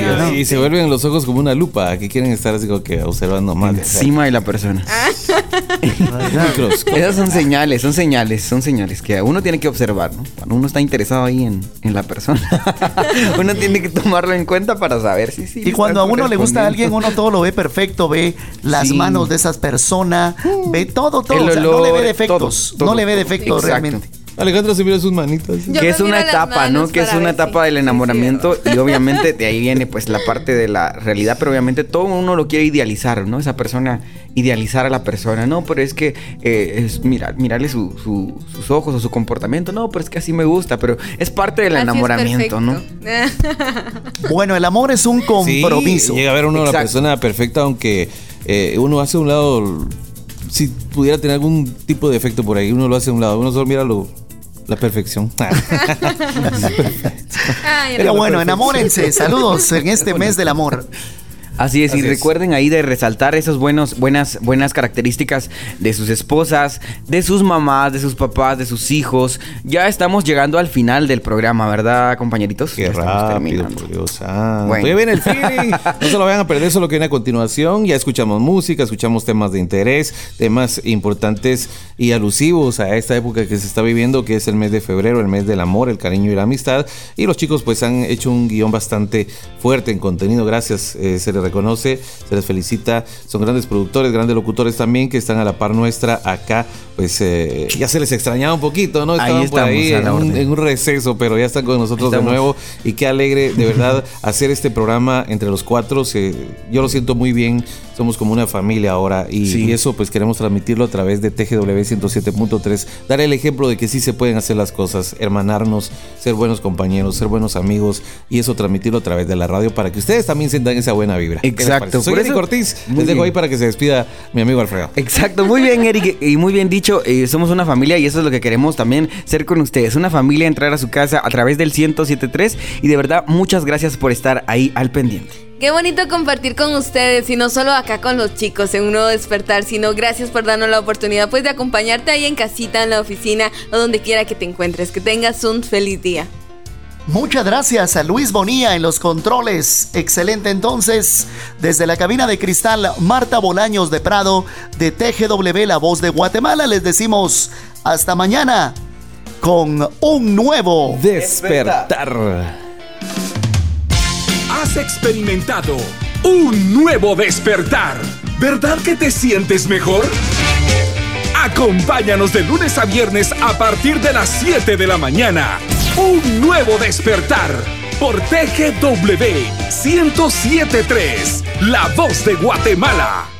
S6: Y se vuelven los ojos como una lupa, que quieren estar así como que observando más.
S4: Encima de la persona. Esas son señales que uno tiene que observar, ¿no? Cuando uno está interesado ahí en la persona. Uno tiene que tomarlo en cuenta para saber si sí.
S2: Y cuando a uno le gusta a alguien, uno todo lo ve perfecto, ve las manos de esas personas, ve todo, o sea, no le ve defectos, no le ve defectos realmente.
S6: Alejandro se mira sus manitas.
S4: Que es una etapa, ¿no? Que es una etapa del enamoramiento, y obviamente de ahí viene pues la parte de la realidad, pero obviamente todo uno lo quiere idealizar, ¿no? Esa persona, idealizar a la persona, no, pero es que mirarle sus ojos o su comportamiento, no, pero es que así me gusta, pero es parte del enamoramiento, ¿no?
S2: Bueno, el amor es un compromiso.
S6: Sí, llega a ver uno a la persona perfecta, aunque uno hace a un lado si pudiera tener algún tipo de efecto por ahí, uno lo hace a un lado, uno solo mira la perfección.
S2: Pero bueno, enamórense. Saludos en este mes del amor.
S4: Así es,
S6: Así
S4: y
S6: es.
S4: recuerden ahí de resaltar esas buenas características de sus esposas, de sus mamás, de sus papás, de sus hijos. Ya estamos llegando al final del programa, ¿verdad, compañeritos?
S6: Qué
S4: Ya estamos
S6: rápido,
S4: terminando.
S6: por Dios santo.
S4: Bueno.
S6: Ya viene el feeling. No se lo vayan a perder, eso es lo que viene a continuación. Ya escuchamos música, escuchamos temas de interés, temas importantes y alusivos a esta época que se está viviendo, que es el mes de febrero, el mes del amor, el cariño y la amistad. Y los chicos pues han hecho un guión bastante fuerte en contenido. Gracias, se les reconoce, se les felicita. Son grandes productores, grandes locutores también que están a la par nuestra acá. Pues ya se les extrañaba un poquito, ¿no? Estaban por ahí en un receso, pero ya están con nosotros de nuevo. Y qué alegre, de verdad, hacer este programa entre los cuatro. Yo lo siento muy bien. Somos como una familia ahora y eso pues queremos transmitirlo a través de TGW 107.3. Dar el ejemplo de que sí se pueden hacer las cosas, hermanarnos, ser buenos compañeros, ser buenos amigos y eso transmitirlo a través de la radio para que ustedes también sientan esa buena vibra.
S4: Exacto.
S6: Soy Eric Ortiz, les dejo ahí para que se despida mi amigo Alfredo.
S4: Exacto, muy bien, Eric, y muy bien dicho. Somos una familia y eso es lo que queremos también ser con ustedes. Una familia, entrar a su casa a través del 107.3 y de verdad muchas gracias por estar ahí al pendiente.
S3: Qué bonito compartir con ustedes y no solo acá con los chicos en un nuevo despertar, sino gracias por darnos la oportunidad pues de acompañarte ahí en casita, en la oficina o donde quiera que te encuentres. Que tengas un feliz día.
S2: Muchas gracias a Luis Bonilla en los controles. Excelente entonces. Desde la cabina de cristal, Marta Bolaños de Prado de TGW La Voz de Guatemala les decimos hasta mañana con un nuevo
S6: despertar.
S1: Has experimentado un nuevo despertar. ¿Verdad que te sientes mejor? Acompáñanos de lunes a viernes a partir de las 7 de la mañana. Un nuevo despertar por TGW 107.3, La Voz de Guatemala.